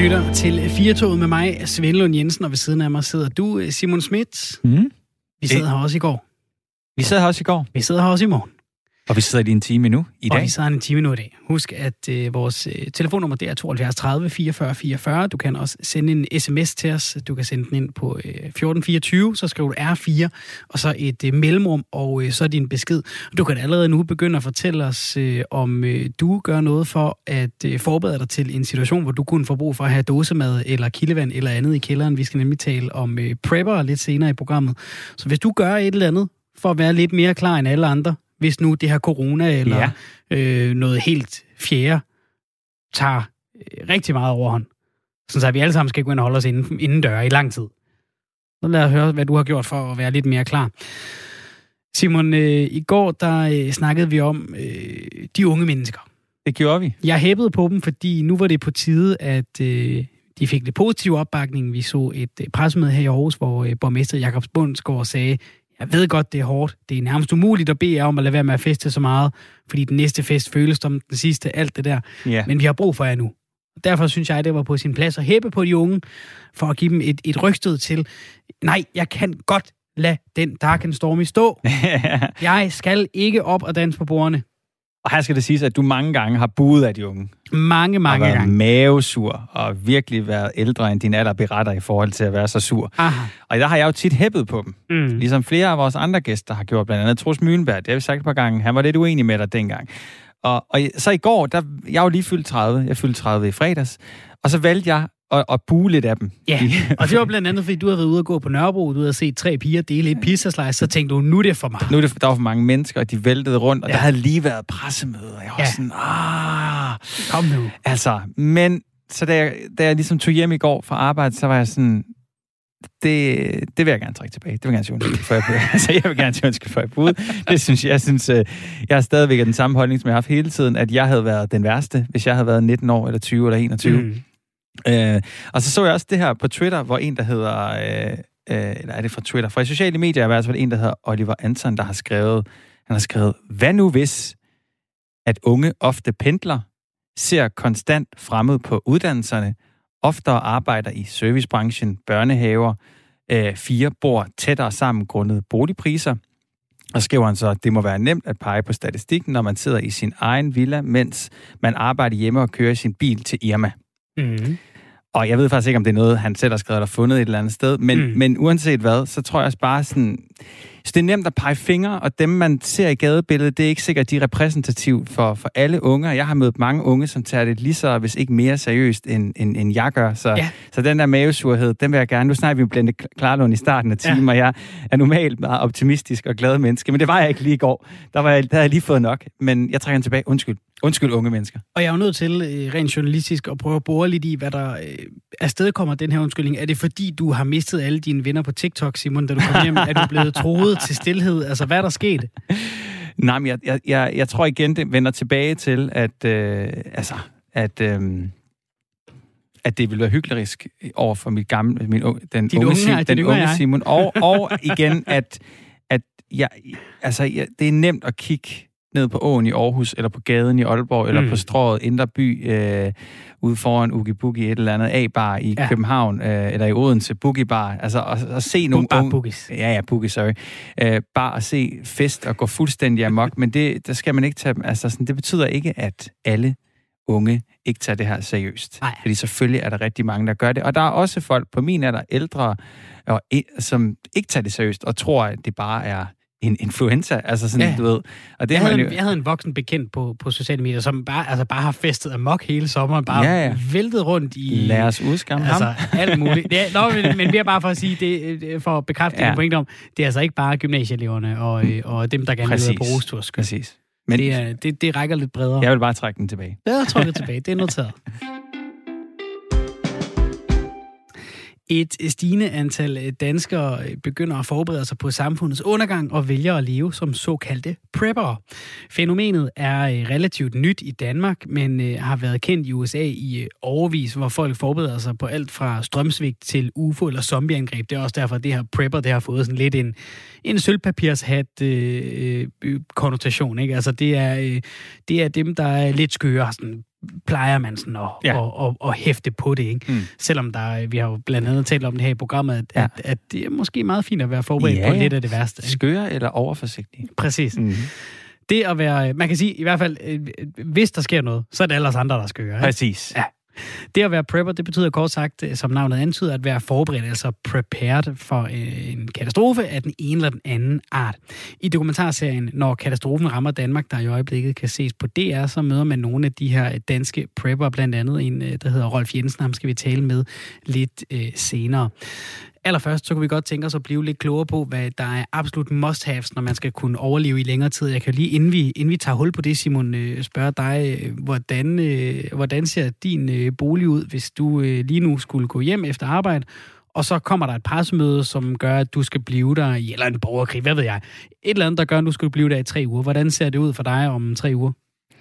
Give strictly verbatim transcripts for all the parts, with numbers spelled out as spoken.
lytter til Firtoget med mig, Svend Lund Jensen, og ved siden af mig sidder du, Simon Schmidt. Mm. Vi sidder her også i går. Vi sidder her også i går. Vi sidder her også i morgen. Og vi sidder lige en time nu i dag. Og vi sidder en time nu i dag. Husk, at øh, vores øh, telefonnummer det er tooghalvfjerds tredive fireogfyrre fireogfyrre. Du kan også sende en sms til os. Du kan sende den ind på øh, fjorten fireogtyve, så skriver du R fire, og så et øh, mellemrum, og øh, så din besked. Du kan allerede nu begynde at fortælle os, øh, om øh, du gør noget for at øh, forberede dig til en situation, hvor du kunne få brug for at have dåsemad eller kildevand eller andet i kælderen. Vi skal nemlig tale om øh, prepper lidt senere i programmet. Så hvis du gør et eller andet for at være lidt mere klar end alle andre, hvis nu det her corona eller ja. øh, noget helt fjerde tager øh, rigtig meget overhånd. Sådan at vi alle sammen skal gå ind og holde os inden, inden døre i lang tid. Så lad os høre, hvad du har gjort for at være lidt mere klar. Simon, øh, i går der øh, snakkede vi om øh, de unge mennesker. Det gjorde vi. Jeg hæppede på dem, fordi nu var det på tide, at øh, de fik lidt positiv opbakning. Vi så et øh, pressemøde her i Aarhus, hvor øh, borgmester Jakob Bundsgaard sagde, jeg ved godt, det er hårdt. Det er nærmest umuligt at bede jer om at lade være med at feste så meget, fordi den næste fest føles som den sidste, alt det der. Yeah. Men vi har brug for jer nu. Derfor synes jeg, det var på sin plads at hæppe på de unge, for at give dem et, et rygstød til, nej, jeg kan godt lade den Dark and Stormy stå. Jeg skal ikke op og danse på bordene. Og her skal det siges, at du mange gange har buet af de unge. Mange, mange gange. Og været gange. mavesur, og virkelig været ældre end din alder beretter i forhold til at være så sur. Aha. Og der har jeg jo tit hæppet på dem. Mm. Ligesom flere af vores andre gæster har gjort, blandt andet Troels Mølenberg. Det har vi sagt et par gange. Han var lidt uenig med dig dengang. Og, og så i går, der, jeg var lige fyldt tredive. Jeg fyldte tredive i fredags. Og så valgte jeg at, at buge lidt af dem. Ja, og det var blandt andet, fordi du havde været ude at gå på Nørrebro, du havde set tre piger dele et pizzaslice, så tænkte du, nu er det for meget. Nu er det, der var for mange mennesker, og de væltede rundt, og ja. Der havde lige været pressemøder. Jeg var ja. sådan, ah... Kom nu. Altså, men så da jeg, da jeg ligesom tog hjem i går fra arbejde, så var jeg sådan, det, det vil jeg gerne trække tilbage. Det vil jeg gerne sige undskyld for, jeg altså, jeg vil gerne sige undskyld for, jeg buede. Det synes jeg, jeg synes, jeg har stadigvæk den samme holdning, som jeg har haft hele tiden, at jeg havde været den værste, hvis jeg havde været nitten år, eller tyve, eller enogtyve. Mm. Øh, og så så jeg også det her på Twitter, hvor en, der hedder, øh, øh, eller er det fra Twitter, fra sociale medier, er i hvert fald en, der hedder Oliver Anton, der har skrevet, han har skrevet, hvad nu hvis, at unge ofte pendler, ser konstant fremmed på uddannelserne, oftere arbejder i servicebranchen, børnehaver, øh, fire bor tættere sammen grundet boligpriser, og skriver han så, at det må være nemt at pege på statistikken, når man sidder i sin egen villa, mens man arbejder hjemme og kører sin bil til Irma. Mm. Og jeg ved faktisk ikke, om det er noget, han selv har skrevet eller fundet et eller andet sted, men, mm. men uanset hvad, så tror jeg også bare sådan, så det er nemt at pege fingre, og dem, man ser i gadebilledet, det er ikke sikkert, de er repræsentativt for, for alle unge. Jeg har mødt mange unge, som tager det lige så, hvis ikke mere seriøst, end, end, end jeg gør. Så, ja. Så den der mavesurhed, den vil jeg gerne. Nu snakker vi jo Blende Klarlund i starten af timen, ja. Og jeg er normalt meget optimistisk og glad menneske, men det var jeg ikke lige i går. Der, var jeg, der havde jeg lige fået nok, men jeg trækker den tilbage. Undskyld. Undskyld, unge mennesker. Og jeg er jo nødt til, øh, rent journalistisk, at prøve at bore lidt i, hvad der øh, afstedkommer den her undskyldning. Er det fordi, du har mistet alle dine venner på TikTok, Simon, da du kom hjem? Er du blevet troet til stilhed? Altså, hvad er der sket? Nej, men jeg, jeg, jeg, jeg tror igen, det vender tilbage til, at, øh, altså, at, øh, at det vil være hyklerisk over for mit gamle, min, den Din unge, unge, Simon, den unge Simon. Og, og igen, at, at jeg, altså, jeg, det er nemt at kigge ned på åen i Aarhus, eller på gaden i Aalborg, eller mm. på strået Indre By, øh, ude foran Oogie Boogie, et eller andet A-bar i ja. København, øh, eller i Odense, Boogie Bar. Altså at, at se nogle unge... Boogies. Ja, ja, Boogie, sorry. Øh, bare at se fest og gå fuldstændig amok, men det, der skal man ikke tage... Altså sådan, det betyder ikke, at alle unge ikke tager det her seriøst. Ej. Fordi selvfølgelig er der rigtig mange, der gør det. Og der er også folk på min alder, ældre, og, som ikke tager det seriøst, og tror, at det bare er en influenza, altså sådan, ja. Du ved. Og det jeg, havde jo... en, jeg havde en voksen bekendt på, på sociale medier, som bare, altså bare har festet amok hele sommeren, bare ja, ja. væltet rundt i... Lad os udskamme altså, ham. alt muligt. Det er, nå, men, men vi er bare for at sige, det, for at bekræfte ja. det point om, det er altså ikke bare gymnasieeleverne og, og dem, der gerne vil være på rustur. Præcis. Men det, er, det, det rækker lidt bredere. Jeg vil bare trække den tilbage. Jeg trækker det tilbage. Det er noteret. Et stigende antal danskere begynder at forberede sig på samfundets undergang og vælger at leve som såkaldte preppere. Fænomenet er relativt nyt i Danmark, men har været kendt i U S A i årevis, hvor folk forbereder sig på alt fra strømsvigt til U F O eller zombieangreb. Det er også derfor, at det her prepper, det har fået sådan lidt en, en sølvpapirshat øh, konnotation, ikke? Altså det er, øh, det er dem, der er lidt skøre, sådan plejer man sådan at, ja. at, at, at hæfte på det, ikke? Mm. Selvom der, vi har jo blandt andet talt om det her i programmet, at, ja. at, at det er måske meget fint at være forberedt ja, på lidt af det værste. Ikke? Skøre eller overforsigtige. Præcis. Mm. Det at være, man kan sige i hvert fald, hvis der sker noget, så er det ellers andre, der skal gøre. Ikke? Præcis. Ja. Det at være prepper, det betyder kort sagt, som navnet antyder, at være forberedt, altså prepared for en katastrofe af den ene eller den anden art. I dokumentarserien, når katastrofen rammer Danmark, der i øjeblikket kan ses på D R, så møder man nogle af de her danske prepper, blandt andet en, der hedder Rolf Jensen, ham skal vi tale med lidt øh, senere. Allerførst, så kunne vi godt tænke os at blive lidt klogere på, hvad der er absolut must-haves, når man skal kunne overleve i længere tid. Jeg kan lige, inden vi, inden vi tager hul på det, Simon, spørge dig, hvordan, hvordan ser din bolig ud, hvis du lige nu skulle gå hjem efter arbejde, og så kommer der et pressemøde, som gør, at du skal blive der i, eller en borgerkrig, hvad ved jeg, et eller andet, der gør, at du skal blive der i tre uger. Hvordan ser det ud for dig om tre uger?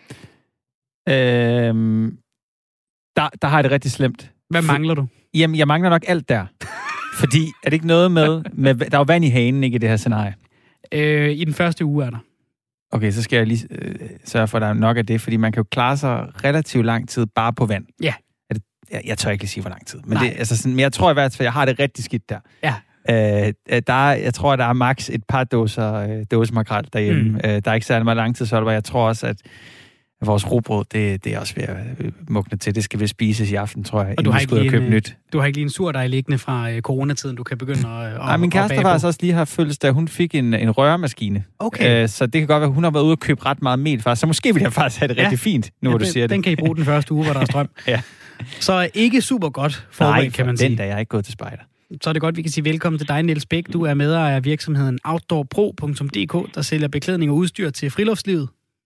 Øhm, der, der har jeg det rigtig slemt. Hvad mangler du? Jamen, jeg mangler nok alt der. Fordi, er det ikke noget med, med... Der er jo vand i hanen, ikke, i det her scenarie? Øh, I den første uge er der. Okay, så skal jeg lige øh, sørge for, at der er nok af det, fordi man kan jo klare sig relativt lang tid bare på vand. Ja. Er det, jeg, jeg tør ikke lige sige, hvor lang tid. Men, det, altså sådan, men jeg tror i hvert fald, jeg har det rigtig skidt der. Ja. Øh, der er, jeg tror, der er maks et par dåser øh, dåsemakrel derhjemme. Mm. Øh, der er ikke særlig meget lang tid, så jeg tror også, at vores rugbrød, det, det er også ved at mugne til. Det skal vel spises i aften, tror jeg, og du har, ikke købe en, nyt. Du har ikke lige en surdej liggende fra øh, coronatiden, du kan begynde at, Nej, min kæreste har altså også lige har følt, at hun fik en, en røremaskine. Okay. Øh, så det kan godt være, at hun har været ude og købe ret meget mel faktisk. Så måske vil jeg faktisk have det ja. rigtig fint, nu ja, hvor du siger det. Den kan I bruge den første uge, hvor der er strøm. ja. Så ikke super godt forberedt, kan man sige. Nej, den der, jeg er ikke gået til spejder. Så er det godt, vi kan sige velkommen til dig, Niels Bæk. Du er medejer af virksomheden outdoorpro punktum d k, der sælger beklædning og udstyr til friluftslivet.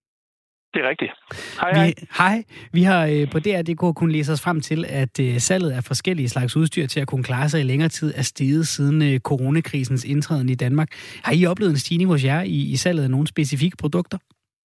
Det er rigtigt. Hej, hej. Vi, hej. Vi har øh, på D R punktum d k kunnet læse os frem til, at øh, salget af forskellige slags udstyr til at kunne klare sig i længere tid er steget siden øh, coronakrisens indtræden i Danmark. Har I oplevet en stigning hos jer i, i salget af nogle specifikke produkter?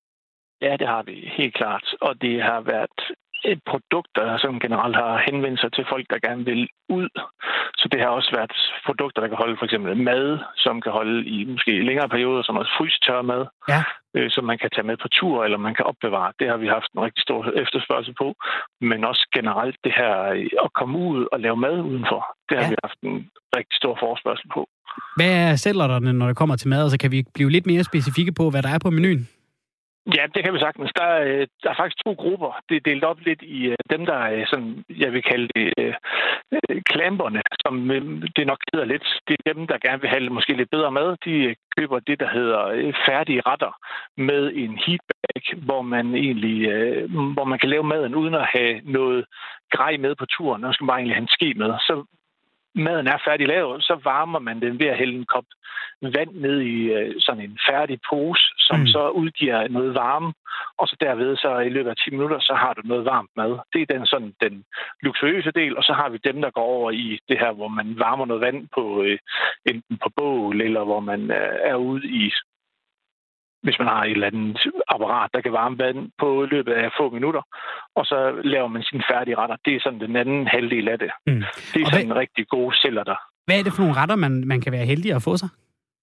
Ja, det har vi helt klart. Og det har været et produkt, der som generelt har henvendt sig til folk, der gerne vil ud. Så det har også været produkter, der kan holde for eksempel mad, som kan holde i måske længere perioder, som også frystørre mad, ja. øh, som man kan tage med på tur, eller man kan opbevare. Det har vi haft en rigtig stor efterspørgsel på. Men også generelt det her at komme ud og lave mad udenfor, det har ja. vi haft en rigtig stor forespørgsel på. Hvad er sælgerne, når det kommer til mad? Så kan vi blive lidt mere specifikke på, hvad der er på menuen? Ja, det kan vi sagtens. Der er, der er faktisk to grupper. Det er delt op lidt i dem, der er sådan, jeg vil kalde det øh, klamperne, som det nok hedder lidt. Det er dem, der gerne vil have måske lidt bedre mad. De køber det, der hedder færdige retter med en heatbag, hvor man egentlig øh, hvor man kan lave maden uden at have noget grej med på turen. Man skal bare egentlig have en ske med. Så maden er færdig lavet, så varmer man den ved at hælde en kop vand ned i øh, sådan en færdig pose, som mm. så udgiver noget varme, og så derved så i løbet af ti minutter, så har du noget varmt mad. Det er den sådan den luksuriøse del, og så har vi dem, der går over i det her, hvor man varmer noget vand på øh, enten på bål, eller hvor man øh, er ude i, hvis man har et eller andet apparat, der kan varme vand på løbet af få minutter, og så laver man sine færdige retter. Det er sådan den anden halvdel af det. Mm. Det er og sådan hvad, en rigtig god sælger der. Hvad er det for nogle retter, man, man kan være heldig at få sig?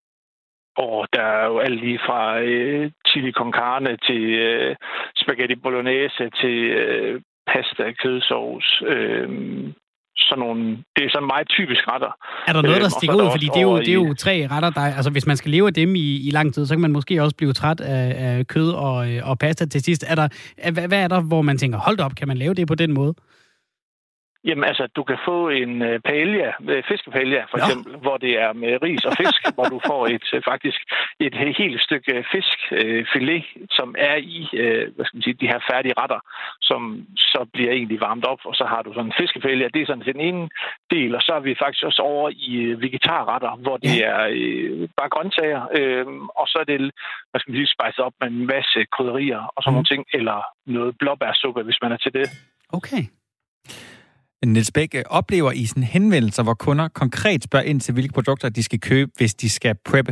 Og der er jo alt lige fra øh, chili con carne til øh, spaghetti bolognese til øh, pasta, kødsovs, øh, sådan nogle, det er sådan meget typisk retter. Er der noget, der stikker ud? Fordi det er, jo, det er jo tre retter, der... Altså, hvis man skal leve af dem i, i lang tid, så kan man måske også blive træt af, af kød og, og pasta til sidst. Er der, hvad, hvad er der, hvor man tænker, hold op, kan man lave det på den måde? Jamen altså, du kan få en uh, paella, uh, fiskepaella for eksempel, ja. hvor det er med ris og fisk, hvor du får et uh, faktisk et helt stykke fiskfilet, uh, som er i uh, hvad skal man sige, de her færdige retter, som så bliver egentlig varmet op, og så har du sådan en fiskepaella. Det er sådan den ene del, og så er vi faktisk også over i uh, vegetarretter, hvor det ja. er uh, bare grøntsager, uh, og så er det, hvad skal man sige, spejset op med en masse krydderier og sådan mm. nogle ting, eller noget blåbærsuppe, hvis man er til det. Okay. Niels Bæk, oplever I sådan henvendelser, hvor kunder konkret spørger ind til, hvilke produkter de skal købe, hvis de skal preppe?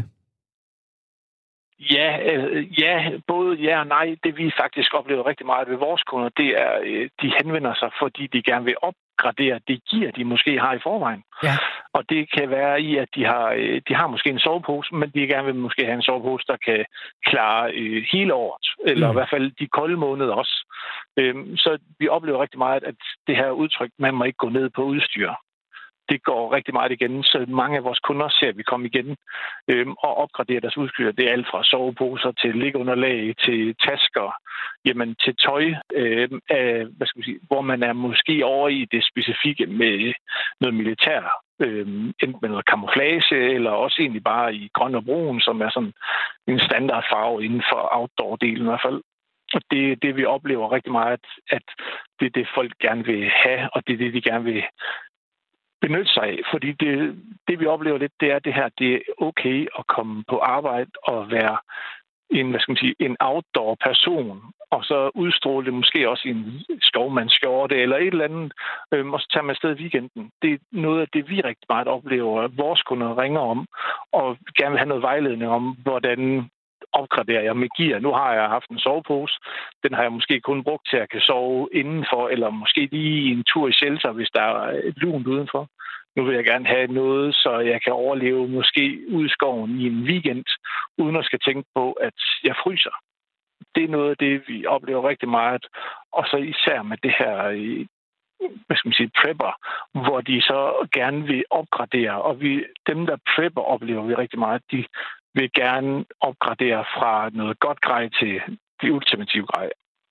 Ja, øh, ja, både ja og nej. Det vi faktisk oplever rigtig meget ved vores kunder, det er, øh, de henvender sig, fordi de gerne vil opgradere det gear, de måske har i forvejen. Ja. Og det kan være i, at de har, øh, de har måske en sovepose, men de gerne vil måske have en sovepose, der kan klare øh, hele året, eller mm. i hvert fald de kolde måneder også. Øhm, så vi oplever rigtig meget, at det her udtryk, man må ikke gå ned på udstyr, det går rigtig meget igen, så mange af vores kunder ser, at vi kommer igen øhm, og opgraderer deres udstyr. Det er alt fra soveposer til liggeunderlag, til tasker, jamen til tøj, øhm, af, hvad skal man sige, hvor man er måske over i det specifikke med noget militær, øhm, enten med noget camouflage, eller også egentlig bare i grøn og brun, som er sådan en standardfarve inden for outdoor-delen i hvert fald. Og det er det, vi oplever rigtig meget, at det er det, folk gerne vil have, og det er det, de gerne vil benytte sig af. Fordi det, det, vi oplever lidt, det er det her, det er okay at komme på arbejde og være en, hvad skal man sige, en outdoor-person, og så udstråle det måske også i en skovmandsskjorte eller et eller andet, øhm, og så tager man afsted i weekenden. Det er noget af det, vi rigtig meget oplever, at vores kunder ringer om, og gerne vil have noget vejledning om, hvordan opgraderer jeg med gear. Nu har jeg haft en sovepose. Den har jeg måske kun brugt til, at jeg kan sove indenfor, eller måske lige en tur i shelter, hvis der er et lunt udenfor. Nu vil jeg gerne have noget, så jeg kan overleve måske ude i skoven i en weekend, uden at skal tænke på, at jeg fryser. Det er noget af det, vi oplever rigtig meget. Og så især med det her, hvad skal man sige, prepper, hvor de så gerne vil opgradere. Og vi, dem, der prepper, oplever vi rigtig meget. De vil gerne opgradere fra noget godt grej til det ultimative grej.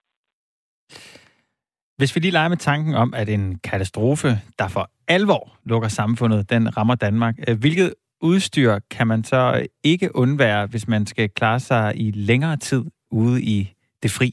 Hvis vi lige leger med tanken om, at en katastrofe, der for alvor lukker samfundet, den rammer Danmark, hvilket udstyr kan man så ikke undvære, hvis man skal klare sig i længere tid ude i det fri?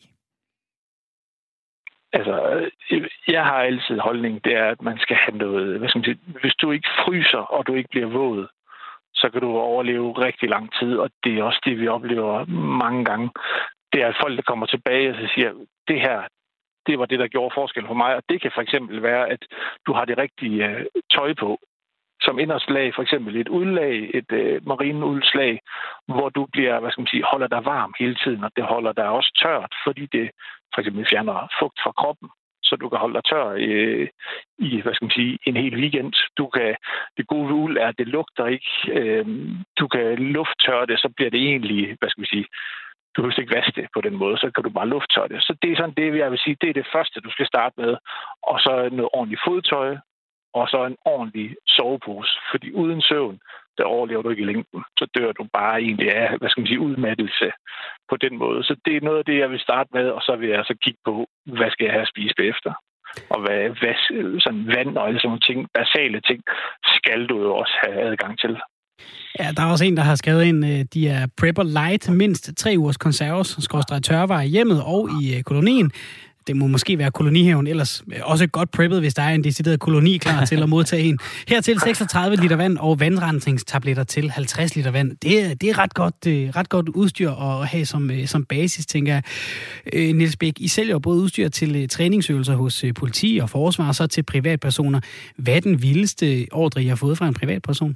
Altså, jeg har altid holdning, det er, at man skal have noget, hvad skal man sige, hvis du ikke fryser, og du ikke bliver våd, så kan du overleve rigtig lang tid, og det er også det, vi oplever mange gange. Det er folk, der kommer tilbage og siger, det her, det var det, der gjorde forskel for mig, og det kan for eksempel være, at du har det rigtige øh, tøj på, som inderste lag, for eksempel et udlag, et øh, marineudslag, hvor du bliver, hvad skal man sige, holder dig varm hele tiden, og det holder dig også tørt, fordi det for eksempel fjerner fugt fra kroppen, så du kan holde dig tør øh, i, hvad skal man sige, en hel weekend. Du kan, det gode ved uld er, at det lugter ikke. Øh, du kan lufttørre det, så bliver det egentlig, hvad skal man sige, du kan ikke vaske det på den måde, så kan du bare lufttørre det. Så det er sådan det, jeg vil sige, det er det første, du skal starte med. Og så noget ordentligt fodtøj, og så en ordentlig sovepose. Fordi uden søvn, der overlever du ikke i længden. Så dør du bare egentlig af, hvad skal man sige, udmattelse på den måde. Så det er noget af det, jeg vil starte med, og så vil jeg så kigge på, hvad skal jeg have at spise efter? Og hvad, hvad sådan vand og alle sådan nogle ting, basale ting, skal du jo også have adgang til. Ja, der er også en, der har skrevet ind, de er Prepper Light, mindst tre ugers konserves, skråstreg tørvarer i hjemmet og i kolonien. Det må måske være kolonihaven, ellers også godt preppet, hvis der er en decideret koloni klar til at modtage en. Hertil seksogtredive liter vand og vandrensningstabletter til halvtreds liter vand. Det er, det er ret godt, ret godt udstyr at have som, som basis, tænker jeg. Niels Bæk, I sælger både udstyr til træningsøvelser hos politi og forsvar, og så til privatpersoner. Hvad er den vildeste ordre, I har fået fra en privatperson?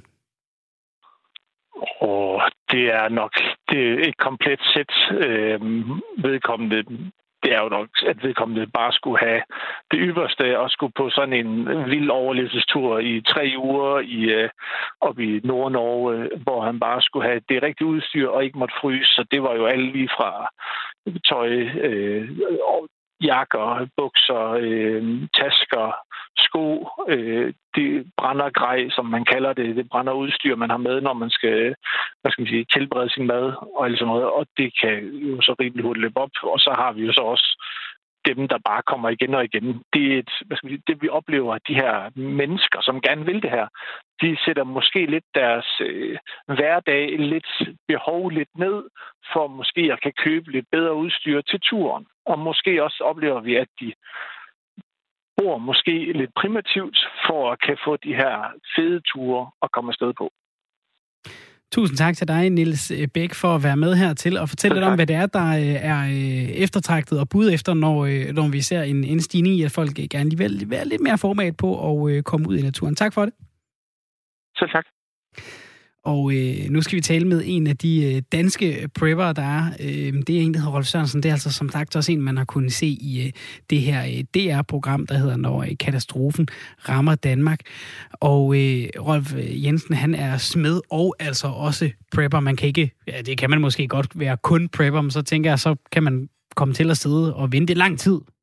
Og det er nok det er et komplet sæt øh, vedkommende. Det er jo nok, at vedkommende bare skulle have det ypperste og skulle på sådan en vild overlevelsestur i tre uger i, øh, op i Nord-Norge, hvor han bare skulle have det rigtige udstyr og ikke måtte fryse. Så det var jo alle lige fra tøj, øh, jakker, bukser, øh, tasker, sko, øh, det brændergrej, som man kalder det, det brænderudstyr, man har med, når man skal, hvad skal man sige, tilberede sin mad og alt sådan noget, og det kan jo så rimelig hurtigt løbe op, og så har vi jo så også dem, der bare kommer igen og igen. Det er et, hvad skal man sige, det vi oplever, at de her mennesker, som gerne vil det her, de sætter måske lidt deres øh, hverdag, lidt behov lidt ned, for måske at kan købe lidt bedre udstyr til turen. Og måske også oplever vi, at de bor måske lidt primitivt, for at kan få de her fede ture og komme afsted på. Tusind tak til dig, Niels Bæk, for at være med her til og fortælle lidt om, hvad det er, der er eftertragtet og bud efter, når, når vi ser en, en stigning i, at folk gerne vil være lidt mere format på at komme ud i naturen. Tak for det. Selv tak. Og øh, nu skal vi tale med en af de øh, danske prepper, der er. Øh, det er en, der hedder Rolf Sørensen. Det er altså som sagt også en, man har kunnet se i øh, det her øh, D R-program, der hedder Når øh, katastrofen rammer Danmark. Og øh, Rolf Jensen, han er smed og altså også prepper. Man kan ikke, ja, det kan man måske godt være kun prepper, men så tænker jeg, så kan man komme til at sidde og vente lang tid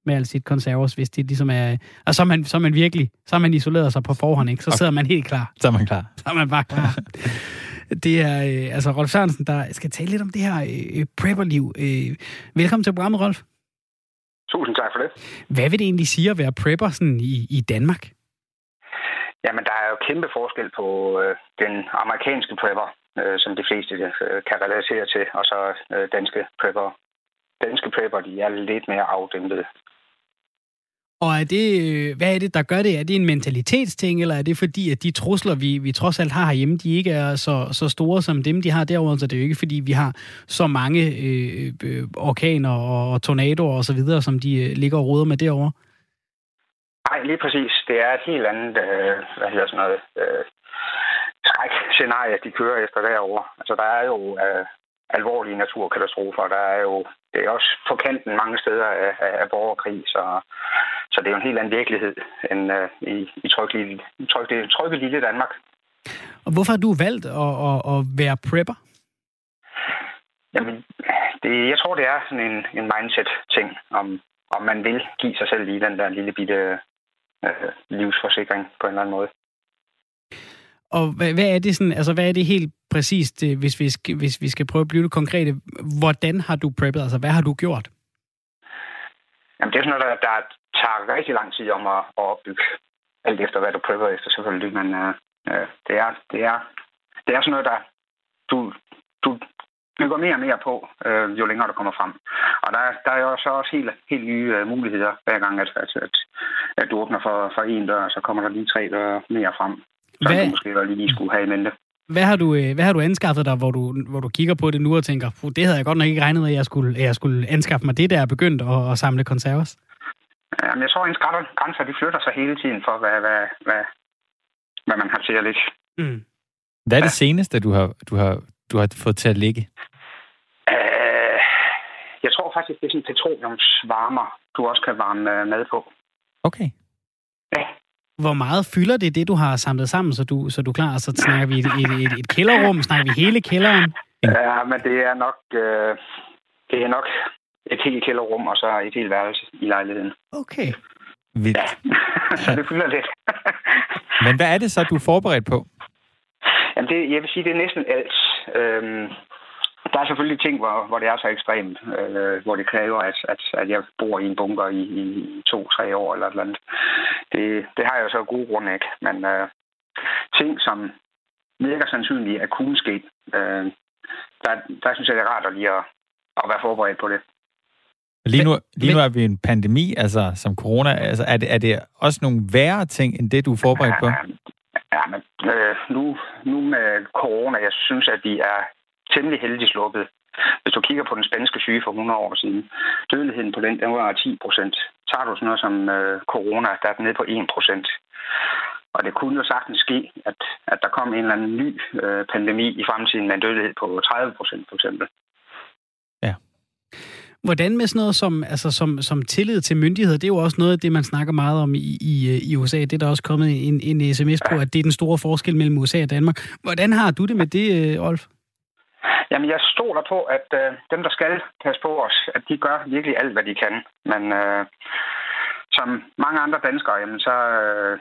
med alt sit konserves, hvis det ligesom er... Og så er man, så er man virkelig... Så er man isoleret sig på forhånd, ikke? Så sidder man helt klar. Så er man klar. Så er man bare klar. Det er... Øh, altså, Rolf Sørensen, der skal tale lidt om det her øh, prepperliv. Øh, velkommen til programmet, Rolf. Tusind tak for det. Hvad vil det egentlig sige at være prepper sådan i, i Danmark? Jamen, der er jo kæmpe forskel på øh, den amerikanske prepper, øh, som de fleste øh, kan relatere til, og så øh, danske prepper. Danske prepper, de er lidt mere afdæmpede. Og er det, hvad er det, der gør det? Er det en mentalitetsting, eller er det fordi, at de trusler, vi, vi trods alt har herhjemme, de ikke er så, så store som dem, de har derovre? Så det er jo ikke, fordi vi har så mange øh, øh, orkaner og tornadoer og så videre, som de øh, ligger og roder med derovre. Nej, lige præcis. Det er et helt andet, øh, hvad hedder sådan noget, øh, skræk-scenarie, de kører efter derovre. Altså, der er jo øh, alvorlige naturkatastrofer. Der er jo, det er også på kanten mange steder af, af, af borgerkrig, så, så det er jo en helt anden virkelighed end øh, i, i trygge, trygge, trygge lille Danmark. Og hvorfor har du valgt at, at, at være prepper? Jamen, det, jeg tror, det er sådan en, en mindset-ting, om, om man vil give sig selv lige den der lille bitte øh, livsforsikring på en eller anden måde. Og hvad, hvad er det sådan, altså hvad er det helt præcist, hvis vi skal, hvis vi skal prøve at blive det konkrete? Hvordan har du preppet? Altså hvad har du gjort? Jamen det er sådan noget, der, der tager rigtig lang tid om at, at opbygge. Alt efter hvad du prepper efter selvfølgelig, men øh, det er det er det er sådan noget, der du du bygger mere og mere på, øh, jo længere du kommer frem. Og der, der er jo så også helt, helt nye øh, muligheder hver gang, at, at, at, at du åbner for, for en dør, så kommer der lige tre døre mere frem. Så hvad, du måske lige skulle have i mente. Hvad har du, hvad har du anskaffet dig, hvor du, hvor du kigger på det nu og tænker, det havde jeg godt nok ikke regnet med, at jeg skulle, at jeg skulle anskaffe mig det, der er begyndt at, at samle konserves? Jamen, jeg tror, at ens grænser, de flytter sig hele tiden for, hvad, hvad, hvad, hvad man har til at ligge. Mm. Hvad er det ja. seneste, du har, du, har, du har fået til at ligge? Uh, jeg tror faktisk, det er sådan en petroleumsvarmer, du også kan varme mad på. Okay. Ja. Hvor meget fylder det, det du har samlet sammen, så du, så du er klar? Så snakker vi et, et, et, et kælderrum? Snakker vi hele kælderen? Ja, men det er nok, øh, det er nok et helt kælderrum, og så et helt værelse i lejligheden. Okay. Vildt. Ja, så det fylder lidt. Men hvad er det så, du er forberedt på? Jamen, det, jeg vil sige, det er næsten alt. Øhm, der er selvfølgelig ting, hvor, hvor det er så ekstremt, øh, hvor det kræver, at, at, at jeg bor i en bunker i, i to-tre år eller et eller andet. Det, det har jeg jo så gode grunde ikke, men øh, ting, som virker sandsynligt at kunne ske, øh, der, der synes jeg, det er rart at lige at, at være forberedt på det. Lige nu, lige nu er vi i en pandemi, altså som corona. Altså, er, det, er det også nogle værre ting, end det, du er forberedt på? Ja, ja men øh, nu, nu med corona, jeg synes, at vi er temmelig heldigt sluppet. Hvis du kigger på den spanske syge for hundrede år siden, dødeligheden på den, den var ti procent. Tager du sådan noget som øh, corona, der er den nede på en procent. Og det kunne jo sagtens ske, at, at der kom en eller anden ny øh, pandemi i fremtiden med en dødelighed på tredive procent for eksempel. Ja. Hvordan med sådan noget som, altså som, som tillid til myndigheder? Det er jo også noget af det, man snakker meget om i, i, i U S A. Det er der også kommet en, en sms på, at det er den store forskel mellem U S A og Danmark. Hvordan har du det med det, Rolf? Jamen, jeg stoler på, at øh, dem, der skal passe på os, at de gør virkelig alt, hvad de kan. Men øh, som mange andre danskere, jamen, så øh,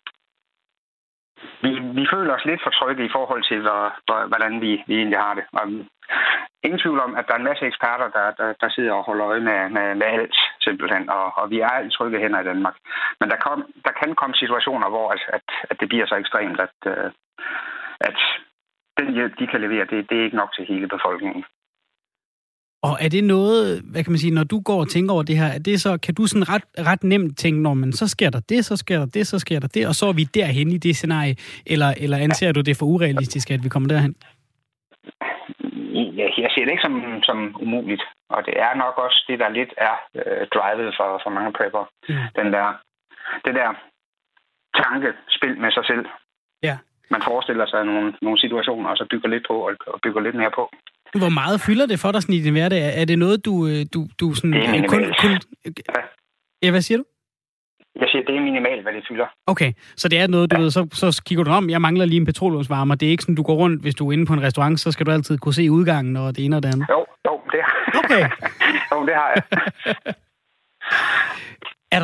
vi, vi føler os lidt for trygge i forhold til, hvor, hvor, hvordan vi, vi egentlig har det. Og ingen tvivl om, at der er en masse eksperter, der, der, der sidder og holder øje med, med, med alt, simpelthen. Og, og vi er i trygge hænder i Danmark. Men der, kom, der kan komme situationer, hvor at, at, at det bliver så ekstremt, at, øh, at den hjælp, de kan levere, det, det er ikke nok til hele befolkningen. Og er det noget, hvad kan man sige, når du går og tænker over det her, er det så, kan du sådan ret, ret nemt tænke, når man så sker der det, så sker der det, så sker der det, og så er vi derhen i det scenarie, eller, eller anser du det for urealistisk, at vi kommer derhen? Ja, jeg ser det ikke som, som umuligt, og det er nok også det, der lidt er øh, drivet for, for mange prepper. Mm. Den der, det der tankespil med sig selv. Ja. Man forestiller sig nogle, nogle situationer, og så bygger lidt på, og bygger lidt mere på. Hvor meget fylder det for dig sådan i din hverdag? Er det noget, du, du, du sådan... Det er minimalt. Kun, kun... Ja, hvad siger du? Jeg siger, det er minimalt, hvad det fylder. Okay, så det er noget, du ja. ved, så, så kigger du om, jeg mangler lige en petroleumsvarmer. Det er ikke sådan, du går rundt, hvis du er inde på en restaurant, så skal du altid kunne se udgangen og det ene og det andet. Jo, jo, det har okay. jo, det har jeg.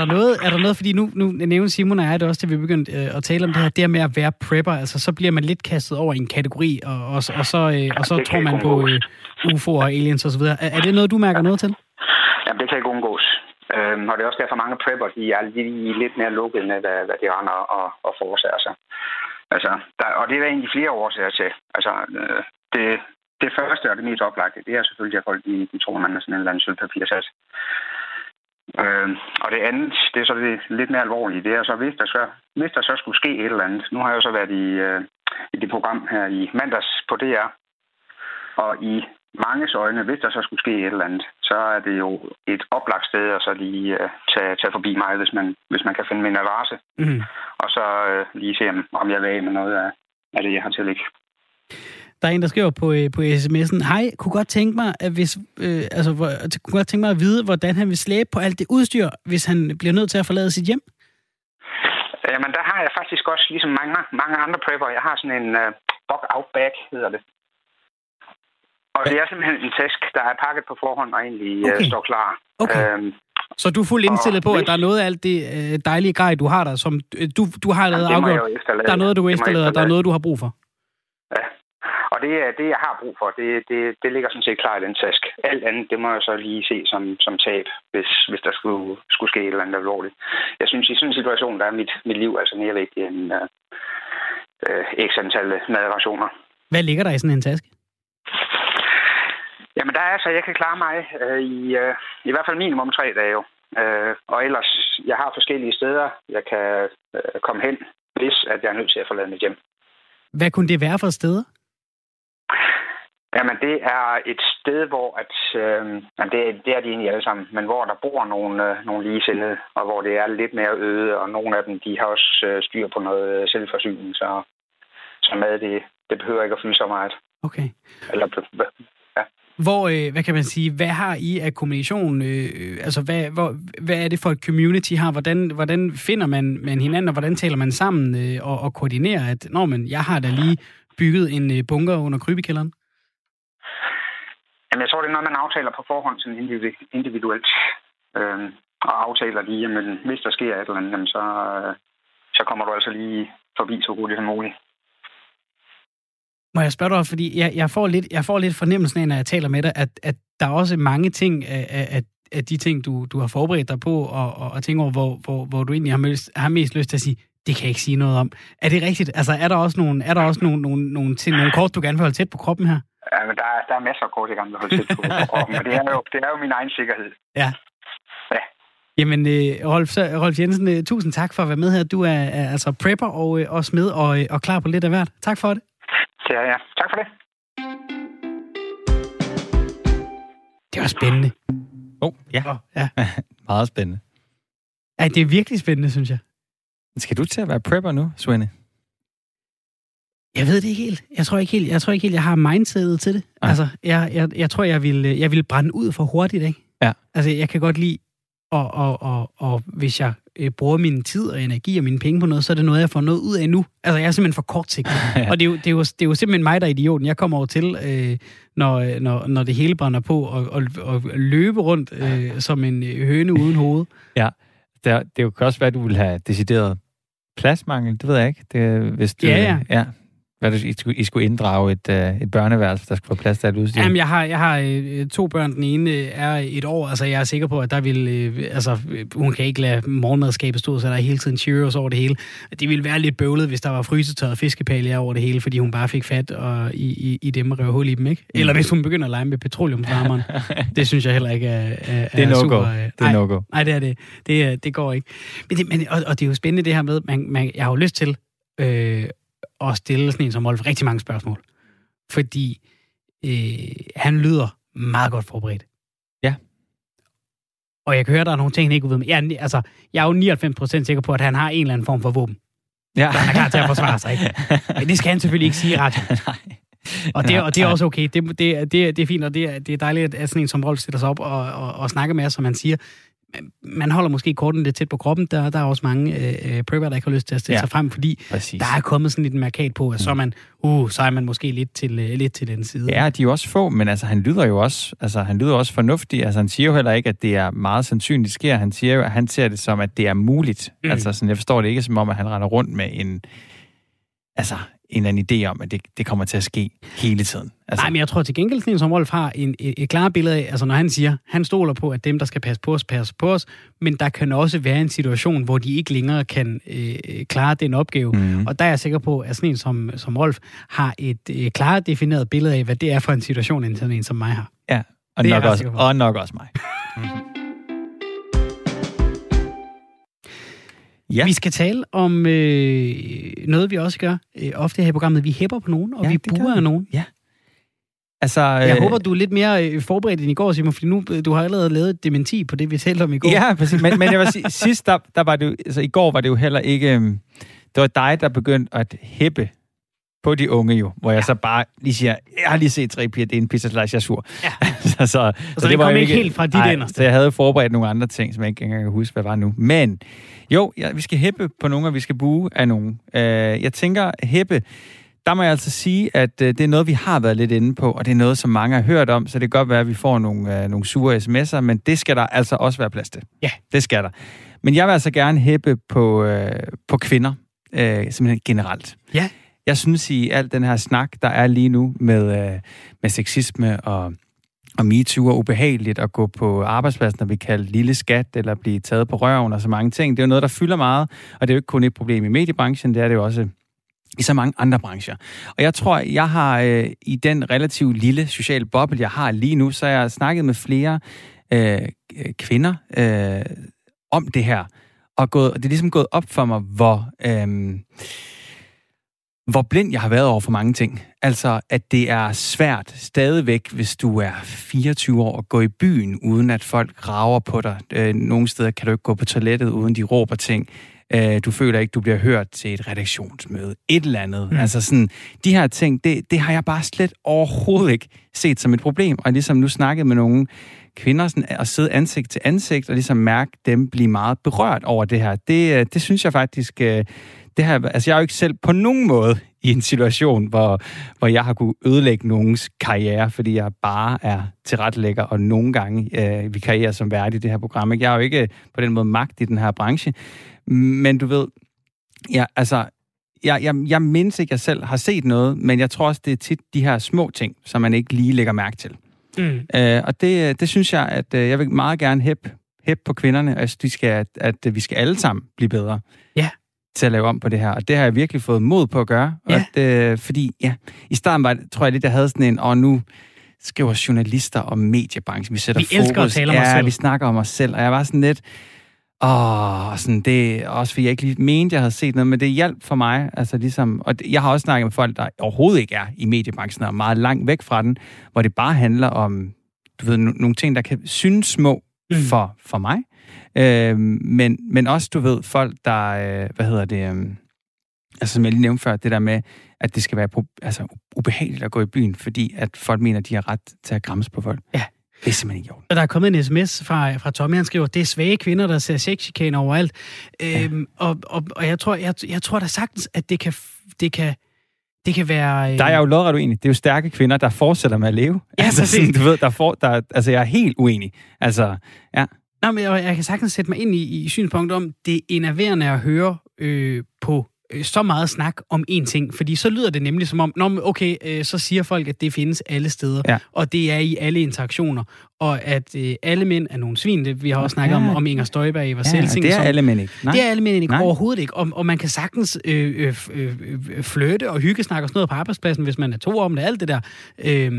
der noget, er der noget, fordi nu, nu nævner Simon og jeg det også, da vi begyndte øh, at tale om det her, det med at være prepper, altså så bliver man lidt kastet over i en kategori, og, og, og så, øh, og så tror man på øh, U F O'er og aliens osv. Er, er det noget, du mærker noget til? Jamen, det kan ikke undgås. Øhm, og det er også derfor, mange prepper, de er lige lidt mere lukkede med, hvad, hvad de render og, og foretager sig. Altså, der, og det er der egentlig flere årsager til. Altså, øh, det, det første og det mest oplagte, det er selvfølgelig, at folk de, de tror, man er sådan en eller anden sølvpapirsat. Øh, og det andet, det er så det lidt mere alvorligt, det er så, hvis der så, hvis der så skulle ske et eller andet. Nu har jeg jo så været i, øh, i det program her i mandags på D R, og i manges øjne, hvis der så skulle ske et eller andet, så er det jo et oplagt sted at så lige uh, tage, tage forbi mig, hvis man, hvis man kan finde min adresse. Mm. Og så uh, lige se, om jeg vil af med noget af, af det, jeg har til at ligge. Der er en, der skriver på, øh, på sms'en, hej, kunne godt tænke mig, at hvis, øh, altså, hvor, kunne godt tænke mig at vide, hvordan han vil slæbe på alt det udstyr, hvis han bliver nødt til at forlade sit hjem? Jamen, der har jeg faktisk også, ligesom mange, mange andre prepper, jeg har sådan en uh, bug-out bag, hedder det. Og det er simpelthen en task, der er pakket på forhånd og egentlig okay. uh, står klar. Okay. Øhm, så du er fuldt indstillet på, hvis... at der er noget af alt det øh, dejlige grej, du har der, som du, du har lavet afgjort. Der er noget, du efterlader, og der er noget, du har brug for. Ja. Og det, det, jeg har brug for, det, det, det ligger sådan set klar i den task. Alt andet, det må jeg så lige se som, som tab, hvis, hvis der skulle, skulle ske et eller andet alvorligt. Jeg synes, i sådan en situation, der er mit, mit liv altså mere vigtigt end øh, øh, x antal madrationer. Hvad ligger der i sådan en taske? Jamen, der er så, jeg kan klare mig øh, i, øh, i hvert fald minimum tre dage. Øh, og ellers, jeg har forskellige steder, jeg kan øh, komme hen, hvis at jeg er nødt til at forlade mit hjem. Hvad kunne det være for steder? Jamen, det er et sted, hvor at, øh, det, det er de egentlig alle sammen, men hvor der bor nogle, øh, nogle ligesindede, og hvor det er lidt mere øde, og nogle af dem, de har også øh, styr på noget selvforsyning, så, så mad, det, det behøver ikke at fylde så meget. Okay. Eller, ja. Hvor, øh, hvad kan man sige, hvad har I af kommunikation? Øh, altså, hvad, hvor, hvad er det for et community har? Hvordan, hvordan finder man, man hinanden, og hvordan taler man sammen øh, og, og koordinerer, at når man, jeg har da lige bygget en øh, bunker under krybekælderen? Jamen, jeg tror, det er noget, man aftaler på forhånd sådan individuelt. Øh, og aftaler lige, jamen, hvis der sker et eller andet, jamen, så, øh, så kommer du altså lige forbi så hurtigt som muligt. Må jeg spørge dig, fordi jeg, jeg, får lidt, jeg får lidt fornemmelsen af, når jeg taler med dig, at, at der er også mange ting af, af, af de ting, du, du har forberedt dig på, og, og, og ting over, hvor, hvor, hvor du egentlig har mest, har mest lyst til at sige, det kan jeg ikke sige noget om. Er det rigtigt? Altså, er der også nogle, er der også nogle, nogle, nogle, ting, nogle kort, du gerne vil holde tæt på kroppen her? Ja, men der er, der er masser af kort, jeg gerne vil holde tæt på, på kroppen, men det er, jo, det er jo min egen sikkerhed. Ja. Ja. Jamen, øh, Rolf, så, Rolf Jensen, øh, tusind tak for at være med her. Du er, er altså prepper og, øh, og smed og, øh, og klar på lidt af hvert. Tak for det. Det er jeg. Tak for det. Det var spændende. Oh, ja. Oh, ja. Meget spændende. Ja, det er virkelig spændende, synes jeg. Skal du til at være prepper nu, Svende? Jeg ved det ikke helt. Jeg tror ikke helt, jeg tror ikke helt, jeg har mindsetet til det. Ej. Altså, jeg, jeg, jeg tror, jeg vil, jeg vil brænde ud for hurtigt, ikke? Ja. Altså, jeg kan godt lide, og, og, og, og hvis jeg øh, bruger min tid og energi og mine penge på noget, så er det noget, jeg får noget ud af nu. Altså, jeg er simpelthen for kortsigtet. Og det er, jo, det, er jo, det er jo simpelthen mig, der er idioten. Jeg kommer over til, øh, når, når, når det hele brænder på, og, og, og løbe rundt øh, som en høne uden hoved. Ja, det, det jo kan også være, at du vil have decideret pladsmangel. Det ved jeg ikke. Det, hvis du, ja, ja. ja. Hvad I skulle, I skulle inddrage et, uh, et børneværelse, der skulle få plads til at udstyre? Jamen, jeg har, jeg har uh, to børn. Den ene er et år. Altså, jeg er sikker på, at der vil... Uh, altså, hun kan ikke lade morgenmadskabet stå, så der er hele tiden Cheerios over det hele. Det ville være lidt bøvlet, hvis der var frysetørret fiskepaljer over det hele, fordi hun bare fik fat og, i, i, i dem og røv hul i dem, ikke? Eller hvis hun begynder at lege med petroleumsvarmeren. Det synes jeg heller ikke er, er, det er, er super. No-go. Det er no-go. Nej, det er det. Det, det går ikke. Men det, men, og, og det er jo spændende det her med, man, man, jeg har jo lyst til... Øh, og stille sådan en som Rolf rigtig mange spørgsmål. Fordi øh, han lyder meget godt forberedt. Ja. Og jeg kan høre, der er nogle ting, han ikke ved med. Jeg, altså, jeg er jo nioghalvfems procent sikker på, at han har en eller anden form for våben. Ja. Så han er klar til at forsvare sig. Ikke? Men det skal han selvfølgelig ikke sige i radioen. Nej. Og det, og det er også okay. Det, det, det, det er fint, og det er, det er dejligt, at sådan en som Rolf sætter sig op og, og, og snakker med os, som han siger. man holder måske korten lidt tæt på kroppen. Der, der er også mange øh, prepper, der ikke har lyst til at stille ja, sig frem, fordi præcis. Der er kommet sådan lidt en markat på, at så er man, uh, så er man måske lidt til, øh, lidt til den side. Ja, de er jo også få, men altså, han lyder jo også, altså, han lyder også fornuftig. Altså, han siger jo heller ikke, at det er meget sandsynligt, det sker. Han siger jo, at han ser det som, at det er muligt. Mm. Altså, sådan, jeg forstår det ikke som om, at han render rundt med en, altså, en eller anden idé om, at det, det kommer til at ske hele tiden. Altså. Nej, men jeg tror til gengæld, sådan som Rolf har en, et, et klart billede af, altså når han siger, han stoler på, at dem, der skal passe på os, passer på os, men der kan også være en situation, hvor de ikke længere kan øh, klare den opgave. Mm. Og der er jeg sikker på, at sådan en som, som Rolf har et øh, klart defineret billede af, hvad det er for en situation, end sådan en som mig har. Ja, og, nok også, og nok også mig. Mm-hmm. Ja. Vi skal tale om øh, noget, vi også gør øh, ofte her i programmet. Vi hæpper på nogen, og ja, vi buer af nogen. Ja. Altså, jeg øh, håber, du er lidt mere øh, forberedt end i går, Simon, fordi nu du har allerede lavet et dementi på det, vi talte om i går. Ja, præcis. Men, men jeg vil sige, sidst, der, der var det jo, altså i går var det jo heller ikke, øh, det var dig, der begyndte at hæppe på de unge jo, hvor jeg ja. så bare lige siger, jeg har lige set tre piger, det er en pizza slice, jeg er sur. Ja. så, så, så, så det, det kom ikke helt fra dit ender. Så jeg havde forberedt nogle andre ting, som jeg ikke engang kan huske, hvad var nu. Men jo, ja, vi skal hæppe på nogen, og vi skal buge af nogen. Uh, jeg tænker, hæppe, der må jeg altså sige, at uh, det er noget, vi har været lidt inde på, og det er noget, som mange har hørt om, så det kan godt være, at vi får nogle, uh, nogle sure sms'er, men det skal der altså også være plads til. Ja. Det skal der. Men jeg vil altså gerne hæppe på, uh, på kvinder, uh, simpelthen generelt. Ja. Jeg synes i alt den her snak, der er lige nu med, øh, med sexisme og, og MeToo, er ubehageligt at gå på arbejdspladsen og blive kaldt lille skat, eller blive taget på røven og så mange ting. Det er jo noget, der fylder meget, og det er jo ikke kun et problem i mediebranchen, det er det jo også i så mange andre brancher. Og jeg tror, jeg har øh, i den relativt lille sociale boble, jeg har lige nu, så har jeg snakket med flere øh, kvinder øh, om det her, og, gået, og det er ligesom gået op for mig, hvor... Øh, hvor blind jeg har været over for mange ting. Altså, at det er svært stadigvæk, hvis du er fireogtyve år, at gå i byen, uden at folk rager på dig. Øh, nogle steder kan du ikke gå på toilettet, uden de råber ting. Øh, du føler ikke, du bliver hørt til et redaktionsmøde. Et eller andet. Mm. Altså sådan, de her ting, det, det har jeg bare slet overhovedet ikke set som et problem. Og ligesom nu snakket med nogle kvinder, sådan, at sidde ansigt til ansigt, og ligesom mærke dem blive meget berørt over det her. Det, det synes jeg faktisk... Det her, altså jeg er jo ikke selv på nogen måde i en situation, hvor, hvor jeg har kunne ødelægge nogens karriere, fordi jeg bare er tilrettelægger, og nogle gange øh, vikarierer som vært i det her program. Jeg er jo ikke på den måde magt i den her branche, men du ved, ja, altså, jeg, jeg, jeg mindes ikke, at jeg selv har set noget, men jeg tror også, det er tit de her små ting, som man ikke lige lægger mærke til. Mm. Øh, og det, det synes jeg, at øh, jeg vil meget gerne hæppe hæp på kvinderne, altså, de skal, at, at vi skal alle sammen blive bedre. Ja. Til at lave om på det her. Og det har jeg virkelig fået mod på at gøre. Ja. At, øh, fordi, ja, i starten var det, tror jeg lidt, jeg havde sådan en, og nu skriver journalister om mediebranchen. Vi sætter vi fokus. elsker at tale om ja, os selv. Vi snakker om os selv. Og jeg var sådan lidt, åh, sådan det, også fordi jeg ikke lige mente, jeg havde set noget, men det hjalp for mig. Altså ligesom, og jeg har også snakket med folk, der overhovedet ikke er i mediebranchen, og meget langt væk fra den, hvor det bare handler om, du ved, no- nogle ting, der kan synes små mm. for, for mig. Øh, men, men også, du ved, folk, der, øh, hvad hedder det, øh, altså som jeg lige nævnte før, det der med, at det skal være altså, ubehageligt at gå i byen, fordi at folk mener, at de har ret til at græmse på folk. Ja. Det er simpelthen ikke og der er kommet en sms fra, fra Tommy, han skriver, det er svage kvinder, der ser sexchikane overalt. Ja. Øhm, og, og, og jeg tror, jeg, jeg tror da sagtens, at det kan, det kan, det kan være... Øh... Der er jeg jo lodret uenig. Det er jo stærke kvinder, der fortsætter med at leve. Ja, altså, sådan, du ved, der får, der, altså, jeg er helt uenig. Altså, ja. Nå, men jeg, jeg kan sagtens sætte mig ind i, i synspunktet om, det er enerverende at høre øh, på øh, så meget snak om én ting, fordi så lyder det nemlig som om, nå, okay, øh, så siger folk, at det findes alle steder, ja. Og det er i alle interaktioner, og at øh, alle mænd er nogle svin. Det, vi har også snakket ja. om, om Inger Støjberg, Eva ja, Selsing. det er som, alle mænd ikke. Nej. Det er alle mænd ikke, Nej. overhovedet ikke, og, og man kan sagtens øh, øh, øh, flirte og hyggesnakke og sådan noget på arbejdspladsen, hvis man er to om det, alt det der. Øh,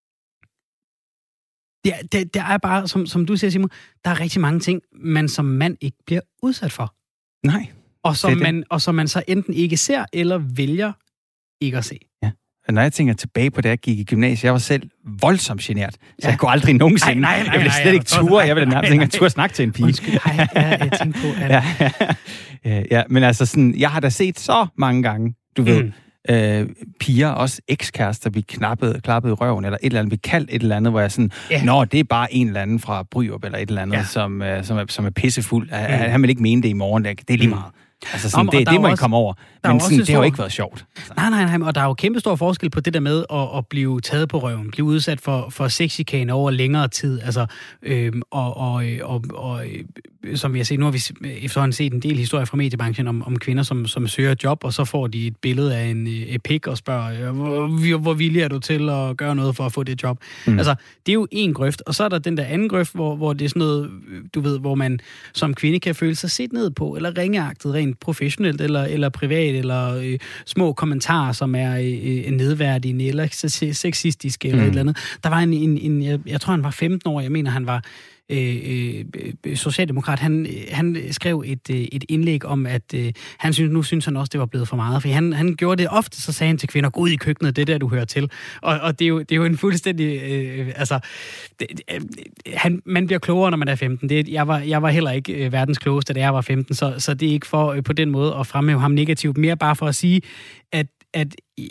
Det, det, det er bare, som, som du siger, Simon, der er rigtig mange ting, man som mand ikke bliver udsat for. Nej. Og som, man, og som man så enten ikke ser, eller vælger ikke at se. Ja. Og når jeg tænker tilbage på det, jeg gik i gymnasiet, jeg var selv voldsomt genert. Så ja. jeg kunne aldrig nogensinde... Nej, nej, nej, jeg ville slet ikke ture. Jeg ville nærmest ikke ture snakke til en pige. Undskyld, hej, jeg, jeg tænkte på... At... ja, ja, ja, ja, men altså sådan, jeg har da set så mange gange, du ved, mm. øh, piger, også ekskærester, blive knappet, klappet i røven, eller et eller andet, blive kaldt et eller andet, hvor jeg sådan, yeah. nå, det er bare en eller anden fra Bryrup, eller et eller andet, yeah. som, øh, som, er, som er pissefuld. Mm. Han, han vil ikke mene det i morgen, det er lige meget. Altså sådan, Nå, det, det må ikke komme over. Men sådan, det har jo ikke været sjovt. Altså. Nej, nej, nej, og der er jo kæmpe stor forskel på det der med at, at blive taget på røven, blive udsat for, for sexchikane over længere tid, altså, øhm, og, og, og, og som jeg ser, nu har vi efterhånden set en del historier fra mediebranchen om, om kvinder, som, som søger job, og så får de et billede af en et pik og spørger, hvor, hvor villig er du til at gøre noget for at få det job? Mm. Altså, det er jo en grøft, og så er der den der anden grøft, hvor, hvor det er sådan noget, du ved, hvor man som kvinde kan føle sig set ned på, eller ringeagtet rent professionelt, eller, eller privat, eller øh, små kommentarer, som er øh, nedværdige, eller sexistiske, eller mm. et eller andet. Der var en, en, en jeg, jeg tror, han var femten år, jeg mener, han var Øh, øh, socialdemokrat, han, han skrev et, øh, et indlæg om, at øh, han synes, nu synes han også, det var blevet for meget. For han, han gjorde det ofte, så sagde han til kvinder, gå ud i køkkenet, det er der, du hører til. Og, og det, er jo, det er jo en fuldstændig... Øh, altså, det, øh, han, man bliver klogere, når man er femten. Det, jeg, var, jeg var heller ikke øh, verdens klogeste, da jeg var femten, så, så det er ikke for øh, på den måde at fremhæve ham negativt. Mere bare for at sige, at, at øh,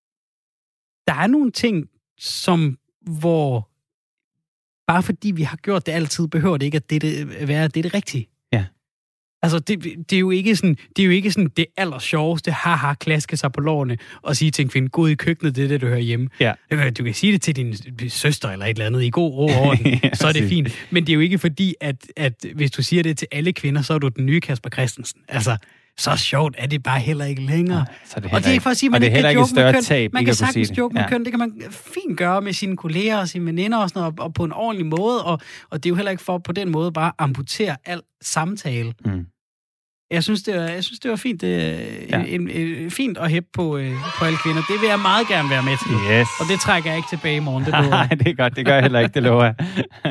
der er nogle ting, som hvor... Bare fordi vi har gjort det altid, behøver det ikke at det, det være det, er det rigtige. Ja. Altså, det, det, er jo ikke sådan, det er jo ikke sådan det aller sjoveste, haha, klaske sig på lårene og sige til en kvinde, gå ud i køkkenet, det er det, du hører hjemme. Ja. Du kan sige det til din søster eller et eller andet i god ro og orden, ja, så er det fint. Men det er jo ikke fordi, at, at hvis du siger det til alle kvinder, så er du den nye Kasper Christensen. Altså, så sjovt er det bare heller ikke længere. Nej, så det og det er ikke for at sige, at man ikke kan joke med køn. Tab, man kan sagtens joke med ja. køn. Det kan man fint gøre med sine kolleger og sine veninder og sådan noget, og på en ordentlig måde. Og, og det er jo heller ikke for på den måde bare amputere al samtale. Mm. Jeg synes, det var, jeg synes, det var fint, det, ja. en, en, fint at hæppe på, øh, på alle kvinder. Det vil jeg meget gerne være med til. Yes. Og det trækker jeg ikke tilbage i morgen. Det Nej, det er godt. Det gør jeg heller ikke, det lover jeg.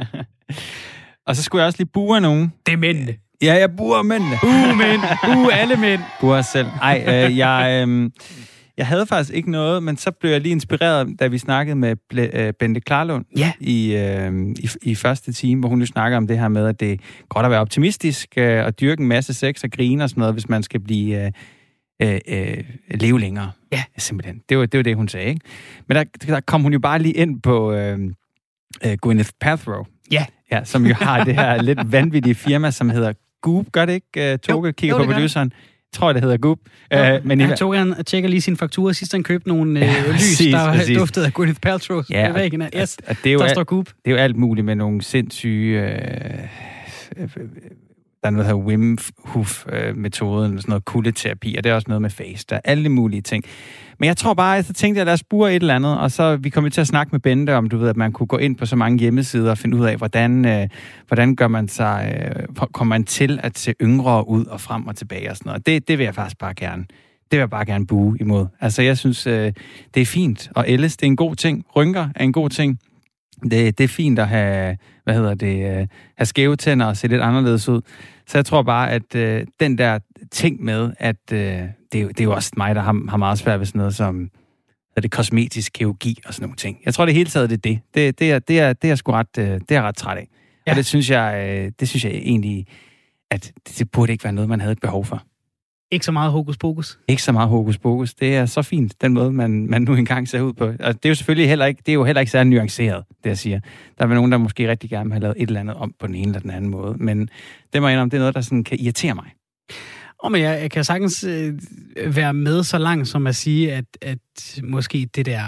Og så skulle jeg også lige bure nogen. Det er mændene. Ja, jeg buer mændene. Buh mænd. Buh alle mænd. Buer selv. Ej, øh, jeg, øh, jeg havde faktisk ikke noget, men så blev jeg lige inspireret, da vi snakkede med Ble- Bente Klarlund ja. i, øh, i, i første time, hvor hun jo snakker om det her med, at det er godt at være optimistisk øh, og dyrke en masse sex og grine og sådan noget, hvis man skal blive øh, øh, leve længere. Ja. Simpelthen. Det var, det var det, hun sagde, ikke? Men der, der kom hun jo bare lige ind på øh, øh, Gwyneth Paltrow. Ja. Ja, som jo har det her lidt vanvittige firma, som hedder Goop. Gør det ikke, uh, Toge? Kigger jo, på produceren. Jeg tror, det hedder Goop. Jo, uh, men ja, Toge, han tjekker lige sin faktura. Sidst han købte nogle ja, uh, lys, præcis, der præcis. duftede af Gwyneth Paltrow. Ja, og, yes, og det er jo der alt, står Goop. Det er jo alt muligt med nogle sindssyge... Uh, der er noget, der hedder Wim Hof-metoden, sådan noget kuldeterapi, og det er også noget med face. Der er alle mulige ting. Men jeg tror bare, at så tænkte jeg, lad os spure et eller andet, og så vi kommer til at snakke med Bente om, du ved, at man kunne gå ind på så mange hjemmesider og finde ud af, hvordan, øh, hvordan gør man sig, øh, kommer man til at se yngre ud og frem og tilbage og sådan noget. Det, det vil jeg faktisk bare gerne. Det vil jeg bare gerne buge imod. Altså, jeg synes, øh, det er fint. Og ellers, det er en god ting. Rynker er en god ting. Det, det er fint at have, hvad hedder det, have skæve tænder og se lidt anderledes ud. Så jeg tror bare, at øh, den der ting med, at øh, det, er jo, det er jo også mig, der har, har meget svært ved sådan noget som er det kosmetisk kirurgi og sådan nogle ting. Jeg tror det hele taget, det er det. Det, det, er, det, er, det er sgu ret, det er ret træt af. Ja. Og det synes jeg, det synes jeg egentlig, at det burde ikke være noget, man havde et behov for. Ikke så meget hokus pokus? Ikke så meget hokus pokus. Det er så fint, den måde, man, man nu engang ser ud på. Og det er jo selvfølgelig heller ikke, det er jo heller ikke særlig nuanceret, det jeg siger. Der er nogen, der måske rigtig gerne vil have lavet et eller andet om på den ene eller den anden måde. Men det må jeg indrømme, det er noget, der sådan kan irritere mig. Og men jeg, jeg kan sagtens øh, være med så langt som at sige, at, at måske det der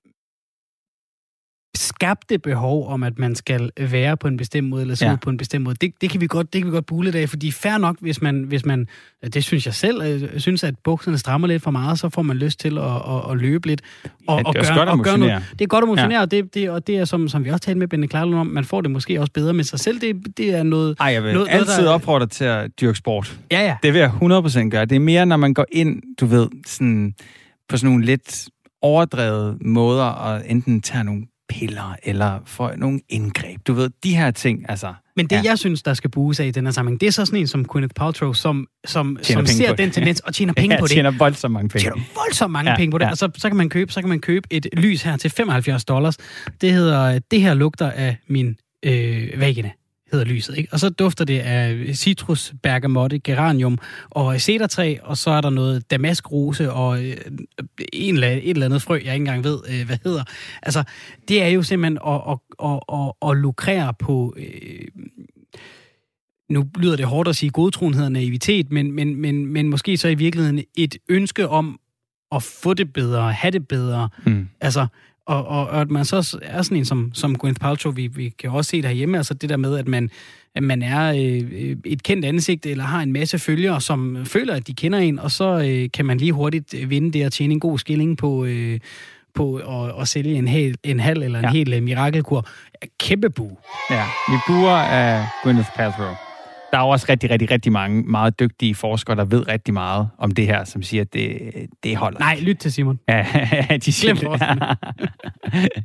skabte behov om, at man skal være på en bestemt måde, eller se ja. ud på en bestemt måde. Det, det kan vi godt, det kan vi godt bule af, fordi fair nok, hvis man, hvis man, det synes jeg selv, jeg synes, at bukserne strammer lidt for meget, så får man lyst til at, at, at løbe lidt. Og, ja, det er og gøre, godt at noget. Det er godt at motionere, ja. og, det, det, og det er, som, som vi også talte med Bente Klarlund om, man får det måske også bedre med sig selv. Det, det er noget... Ej, jeg vil noget, altid noget, der... opfordre til at dyrke sport. Ja, ja. Det vil jeg hundrede procent gøre. Det er mere, når man går ind, du ved, sådan, på sådan nogle lidt overdrevet måder, og enten tager nogle piller, eller for nogle indgreb. Du ved, de her ting, altså... Men det, ja. jeg synes, der skal buges af i den her sammenhæng, det er så sådan en som Gwyneth Paltrow, som, som, som ser den tendens og tjener penge ja, på det. tjener voldsomt mange penge. Tjener voldsomt mange ja, penge på det. Ja. Altså, så kan man købe, så kan man købe et lys her til femoghalvfjerds dollars. Det hedder, det her lugter af min øh, vagina. hedder lyset, ikke? Og så dufter det af citrus, bergamotte, geranium og cedartræ, og så er der noget damaskrose og øh, en eller, et eller andet frø, jeg ikke engang ved, øh, hvad hedder. Altså, det er jo simpelthen at, at, at, at, at lukrere på... Øh, nu lyder det hårdt at sige godtroenhed og naivitet, men, men, men, men måske så i virkeligheden et ønske om at få det bedre, have det bedre. Mm. Altså, og, og, og at man så er sådan en som, som Gwyneth Paltrow, vi, vi kan også se det herhjemme, altså det der med, at man, at man er øh, et kendt ansigt, eller har en masse følgere, som føler, at de kender en, og så øh, kan man lige hurtigt vinde det og tjene en god skilling på... Øh, på at, at sælge en, hel, en halv eller en ja. hel uh, mirakelkur. Kæmpe bu. Ja, vi buer af Gwyneth Paltrow. Der er også rigtig, rigtig, rigtig mange meget dygtige forskere, der ved rigtig meget om det her, som siger, at det, det holder. Nej, lyt til Simon. Ja, de siger Glem det.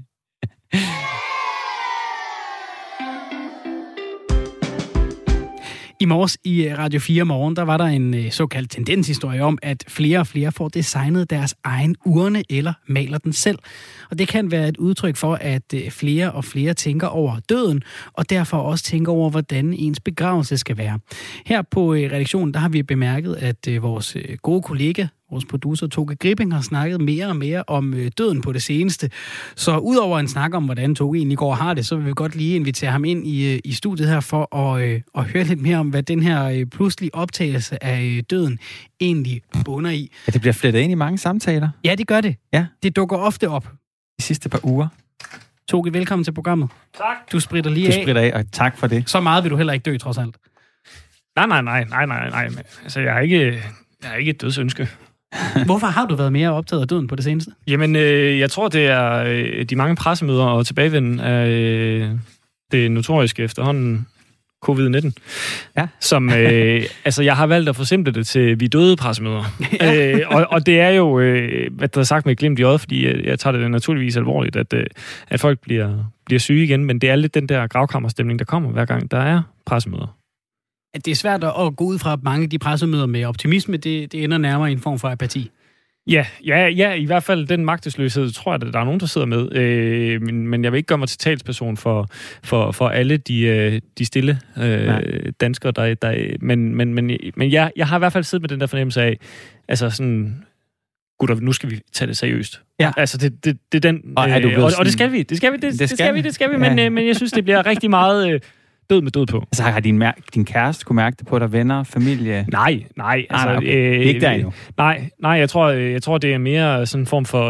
I morges i Radio fire Morgen, der var der en såkaldt tendenshistorie om, at flere og flere får designet deres egen urne eller maler den selv. Og det kan være et udtryk for, at flere og flere tænker over døden, og derfor også tænker over, hvordan ens begravelse skal være. Her på redaktionen, der har vi bemærket, at vores gode kollega, vores producer Toge Gripping, har snakket mere og mere om døden på det seneste. Så udover en snak om, hvordan Toge egentlig går og har det, så vil vi godt lige invitere ham ind i, i studiet her for at, at høre lidt mere om, hvad den her pludselige optagelse af døden egentlig bunder i. Ja, det bliver flettet ind i mange samtaler. Ja, det gør det. Ja. Det dukker ofte op. De sidste par uger. Toge, velkommen til programmet. Tak. Du spritter lige du af. Du spritter af, og tak for det. Så meget vil du heller ikke dø, trods alt. Nej, nej, nej, nej, nej, nej. Altså, jeg har ikke, jeg har ikke et dødsønske. Hvorfor har du været mere optaget af døden på det seneste? Jamen, øh, jeg tror, det er øh, de mange pressemøder og tilbagevenden af øh, det notoriske efterhånden covid nitten. Ja. Som, øh, altså, jeg har valgt at forsimple det til vi døde pressemøder. ja. øh, og, og det er jo, øh, hvad der er sagt med et glimt i øjet, fordi jeg, jeg tager det naturligvis alvorligt, at, øh, at folk bliver, bliver syge igen, men det er lidt den der gravkammerstemning, der kommer hver gang, der er pressemøder. At det er svært at gå ud fra mange af de pressemøder med optimisme, det, det ender nærmere i en form for apati. Ja, ja, ja, i hvert fald den magtesløshed, tror jeg, at der er nogen, der sidder med. Øh, men, men jeg vil ikke gøre mig til talsperson for, for, for alle de, de stille øh, danskere, der, der men, men, men, men jeg, jeg har i hvert fald siddet med den der fornemmelse af, altså sådan, gutter, nu skal vi tage det seriøst. Ja. Altså, det, det, det er den... Og, er du øh, og, og det skal vi, det skal vi, det, det, skal, det skal vi, det skal vi, men, ja. øh, men jeg synes, det bliver rigtig meget... Øh, død med død på. Altså har din, mær- din kæreste kunne mærke det på dig, venner, familie? Nej, nej. Altså, nej, okay. øh, ikke der endnu. Nej, nej, jeg tror, jeg tror, det er mere sådan en form for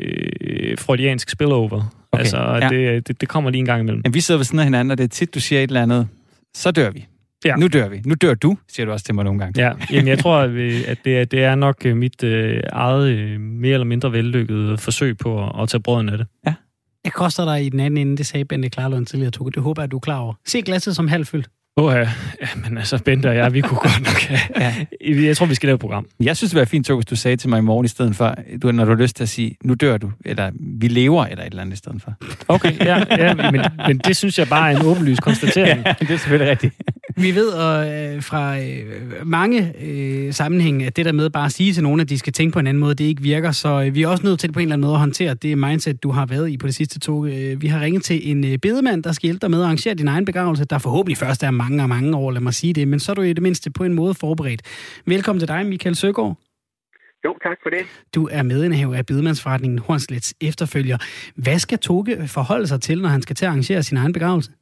øh, freudiansk spillover. Okay. Altså, ja. det, det, det kommer lige en gang imellem. Men vi sidder ved siden af hinanden, og det er tit, du siger et eller andet, så dør vi. Ja. Nu dør vi. Nu dør du, siger du også til mig nogle gange. Ja, jamen, jeg tror, at det er, det er nok mit øh, eget øh, mere eller mindre vellykkede forsøg på at, at tage brøden af det. Ja. Jeg koster dig i den anden ende, det sagde Bente Klarlund tidligere, Toge. Det håber jeg, du er klar over. Se glasset som halvfyldt. Åh ja, men altså Bente og jeg, vi kunne godt nok have... ja. Jeg tror, vi skal lave et program. Jeg synes, det var fint, Toge, hvis du sagde til mig i morgen i stedet for, du, når du har lyst til at sige, nu dør du, eller vi lever, eller et eller andet i stedet for. Okay, ja, ja men, men det synes jeg bare er en åbenlys konstatering. Ja, det er selvfølgelig rigtigt. Vi ved øh, fra øh, mange øh, sammenhænge, at det der med bare at sige til nogen, at de skal tænke på en anden måde, det ikke virker. Så øh, vi er også nødt til på en eller anden måde at håndtere det mindset, du har været i på det sidste tog. Øh, vi har ringet til en øh, bedemand, der skal hjælpe dig med at arrangere din egen begravelse, der forhåbentlig først er mange og mange år, lad mig sige det, men så er du i det mindste på en måde forberedt. Velkommen til dig, Michael Søgaard. Jo, tak for det. Du er medindehaver af bedemandsforretningen Hornslets efterfølger. Hvad skal Toge forholde sig til, når han skal til at arrangere sin egen begravelse?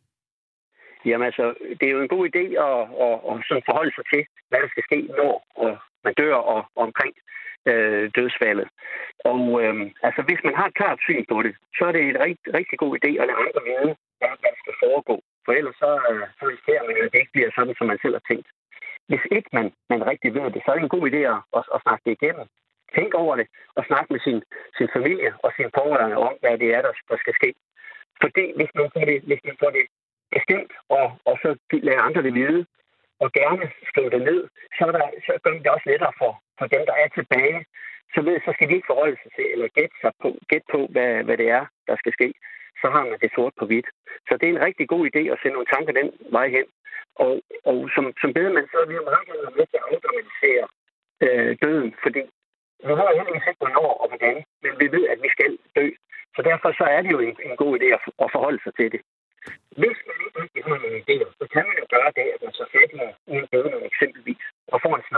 Jamen altså, det er jo en god idé at, at, at sådan forholde sig til, hvad der skal ske, når man dør og, og omkring øh, dødsfaldet. Og øh, altså, hvis man har et klart syn på det, så er det en rigt, rigtig god idé at lade andre vide, hvad der skal foregå. For ellers så, så risikerer man, at det ikke bliver sådan, som man selv har tænkt. Hvis ikke man, man rigtig ved det, så er det en god idé at, at, at snakke det igennem. Tænk over det, og snakke med sin, sin familie og sine pårørende om, hvad det er, der, der skal ske. Fordi hvis man får det, hvis man får det bestemt, og, og så lader andre det vide, og gerne skrive det ned, så, er der, så gør det også lettere for, for dem, der er tilbage. Så, ved, så skal de ikke forholde sig til, eller gætte, sig på, gætte på, hvad, hvad det er, der skal ske. Så har man det sort på hvidt. Så det er en rigtig god idé at sende nogle tanker den vej hen. Og, og som, som bedemand, så er vi jo meget gerne med til at afdramatisere øh, døden, fordi vi har heldigvis ikke hvornår og hvordan, men vi ved, at vi skal dø. Så derfor så er det jo en, en god idé at, at forholde sig til det. Hvis man ikke rigtig har nogle idéer, så kan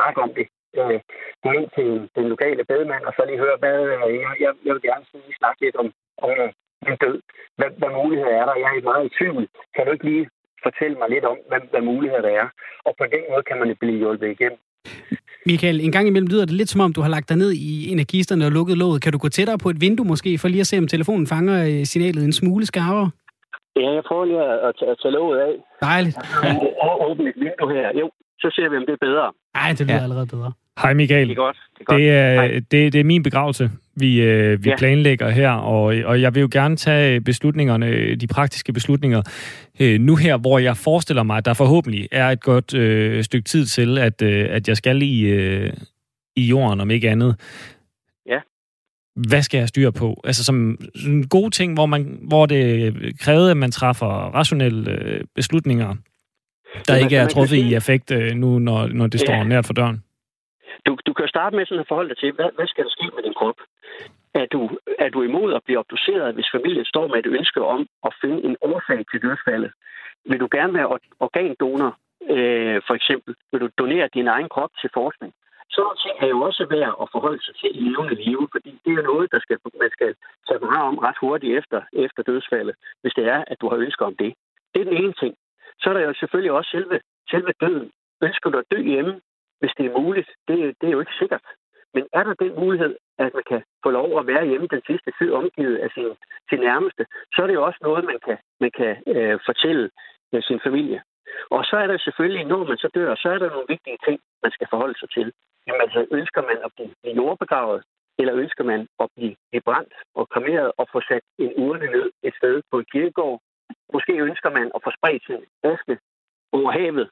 snakke om det. Øh, gå ind til den lokale bedemand, og så lige høre, hvad jeg, jeg, jeg vil gerne lige snakke lidt om, om en død. Hvad, hvad muligheder er der? Jeg er meget i tvivl. Kan du ikke lige fortælle mig lidt om, hvad, hvad muligheder der er? Og på den måde kan man blive hjulpet igennem. Michael, en gang imellem lyder det lidt som om, du har lagt dig ned i energisterne og lukket låget. Kan du gå tættere på et vindue måske, for lige at se, om telefonen fanger signalet en smule skarpere? Ja, jeg prøver lige at, at tage låget af. Dejligt. Og åbne et vindue her. Jo, så ser vi, om det er bedre. Nej, det lyder ja. allerede bedre. Hej Michael. Det er godt. Det er, godt. Det er, det, det er min begravelse, vi, øh, vi ja. planlægger her, og, og jeg vil jo gerne tage beslutningerne, de praktiske beslutninger, øh, nu her, hvor jeg forestiller mig, at der forhåbentlig er et godt øh, stykke tid til, at, øh, at jeg skal i, øh, i jorden, om ikke andet. Ja. Hvad skal jeg styre på? Altså som en god ting, hvor, man, hvor det krævede, at man træffer rationelle øh, beslutninger, der Jamen, ikke er truffet sige... i affekt, øh, nu når, når det står ja. nært for døren. Du, du kan starte med sådan at forholde dig til, hvad, hvad skal der ske med din krop? Er du, er du imod at blive obduceret, hvis familien står med et ønske om at finde en årsag til dødsfaldet? Vil du gerne være organdonor, øh, for eksempel? Vil du donere din egen krop til forskning? Så ting er jo også værd at forholde sig til i levende live, fordi det er noget, der skal, man skal tage vare om ret hurtigt efter, efter dødsfaldet, hvis det er, at du har ønsker om det. Det er den ene ting. Så er der jo selvfølgelig også selve, selve døden. Ønsker du at dø hjemme, hvis det er muligt? Det, det er jo ikke sikkert. Men er der den mulighed, at man kan få lov at være hjemme den sidste tid omgivet af sin, sin nærmeste, så er det jo også noget, man kan, man kan øh, fortælle øh, sin familie. Og så er der selvfølgelig, når man så dør, så er der nogle vigtige ting, man skal forholde sig til. Jamen altså, ønsker man at blive jordbegravet, eller ønsker man at blive brændt og kremeret og få sat en urne ned et sted på en kirkegård? Måske ønsker man at få spredt sin aske over havet,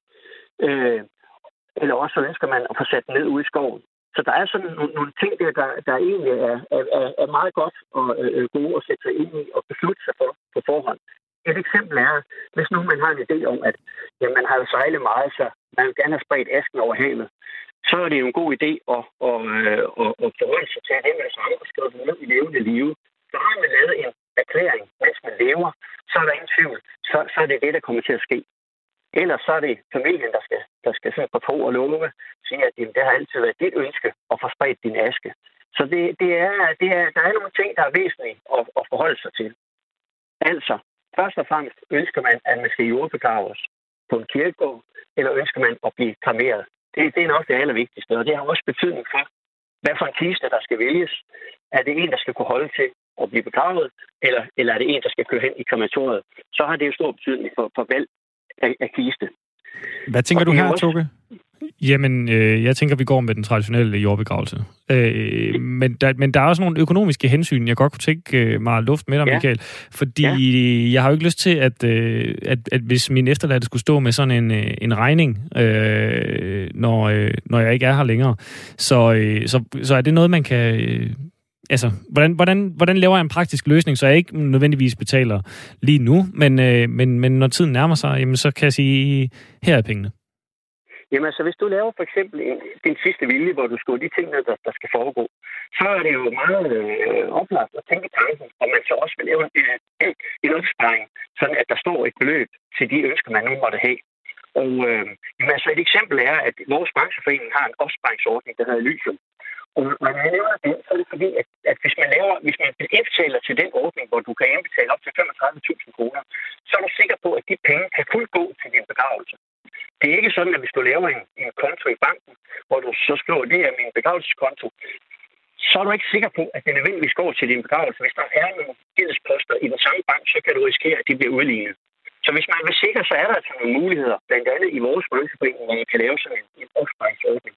øh, eller også ønsker man at få sat den ned ude i skoven. Så der er sådan nogle, nogle ting der, der, der egentlig er, er, er meget godt og øh, gode at sætte sig ind i og beslutte sig for på forhånd. Et eksempel er, hvis nu man har en idé om, at jamen, man har jo sejlet meget, så man vil gerne have spredt asken over havet, så er det jo en god idé at, at, at, at forholde sig til det med det samme og skrive det ned i levende live. Så har man lavet en erklæring, mens man lever, så er der ingen tvivl. Så, så er det det, der kommer til at ske. Ellers så er det familien, der skal, der skal sådan på tro og love, sige, at jamen, det har altid været dit ønske at få spredt din aske. Så det, det er, det er, der er nogle ting, der er væsentlige at, at forholde sig til. Altså, først og fremmest ønsker man, at man skal jordbegraves på en kirkegård, eller ønsker man at blive kremeret. Det, det er nok det allervigtigste, og det har også betydning for, hvad for en kiste, der skal vælges. Er det en, der skal kunne holde til at blive begravet, eller, eller er det en, der skal køre hen i krematoriet? Så har det jo stor betydning for, for valg af, af kiste. Hvad tænker du her, Toke? Jamen, øh, jeg tænker, vi går med den traditionelle jordbegravelse. Øh, men, der, men der er også nogle økonomiske hensyn, jeg godt kunne tænke øh, mig luft med dig, ja. Michael. Fordi ja. jeg har jo ikke lyst til, at, øh, at, at hvis min efterladte skulle stå med sådan en, øh, en regning, øh, når, øh, når jeg ikke er her længere, så, øh, så, så er det noget, man kan... Øh, altså, hvordan, hvordan, hvordan laver jeg en praktisk løsning, så jeg ikke nødvendigvis betaler lige nu, men, øh, men, men når tiden nærmer sig, jamen, så kan jeg sige, her er pengene. Jamen altså, hvis du laver for eksempel en, din sidste vilje, hvor du skriver de ting, der, der skal foregå, så er det jo meget øh, oplagt at tænke tanken, og man så også vil lave en, en, en opsparing, sådan at der står et beløb til de ønsker, man nu måtte have. Og øh, jamen altså, et eksempel er, at vores brancheforening har en opsparingsordning, der hedder Lysium. Og når man laver den, så er det fordi, at, at hvis man laver, hvis man indbetaler til den ordning, hvor du kan indbetale op til femogtredive tusind kroner, så er du sikker på, at de penge kan kun gå til din begravelse. Det er ikke sådan, at hvis du laver en, en konto i banken, hvor du så skriver, det er min begravelseskonto, så er du ikke sikker på, at det nødvendigvis går til din begravelse. Hvis der er nogle gældsposter i den samme bank, så kan du risikere, at de bliver udlignet. Så hvis man vil sikre, så er der altså nogle muligheder, blandt andet i vores brancheforening, hvor man kan lave sådan en, en opsparingsordning.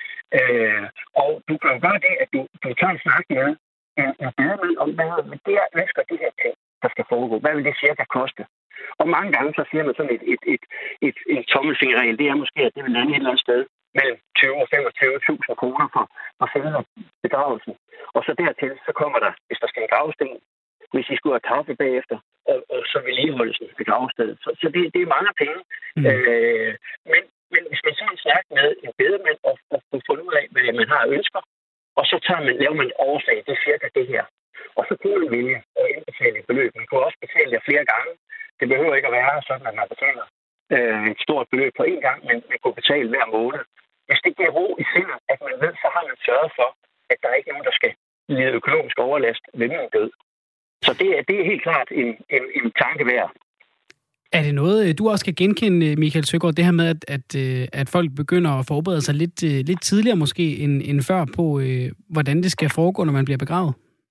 Øh, og du kan jo gøre det, at du, du tager en snak med en, en bedre om, hvad det er, ønsker de her ting, der skal foregå. Hvad vil det cirka koste? Og mange gange så siger man sådan et, et, et, et, et tommelfingerregel, det er måske, at det vil lande et eller andet sted mellem tyve og femogtyve tusind kroner for, for selve begravelsen. Og så dertil, så kommer der, hvis der skal en gravsten, hvis I skulle have kaffe bagefter, og, og så vedligeholdelsen ved gravstedet. Så, så det, det er mange penge. Mm. Øh, men, men hvis man så har snakket med en bedemand og, og, og fundet ud af, hvad man har ønsker, og så tager man, laver man et overslag, det er cirka det her. Og så kunne man vælge at indbetale et beløb. Man kunne også betale det flere gange. Det behøver ikke at være sådan, at man betaler øh, et stort beløb på én gang, men man kunne betale hver måned. hvis det giver ro i sindet, at man ved, så har man sørget for, at der er ikke nogen, der skal lide økonomisk overlast ved min død. Så det er, det er helt klart en, en, en tanke værd. Er det noget, du også kan genkende, Michael Søgaard, det her med, at, at, at folk begynder at forberede sig lidt, lidt tidligere måske end, end før på, øh, hvordan det skal foregå, når man bliver begravet?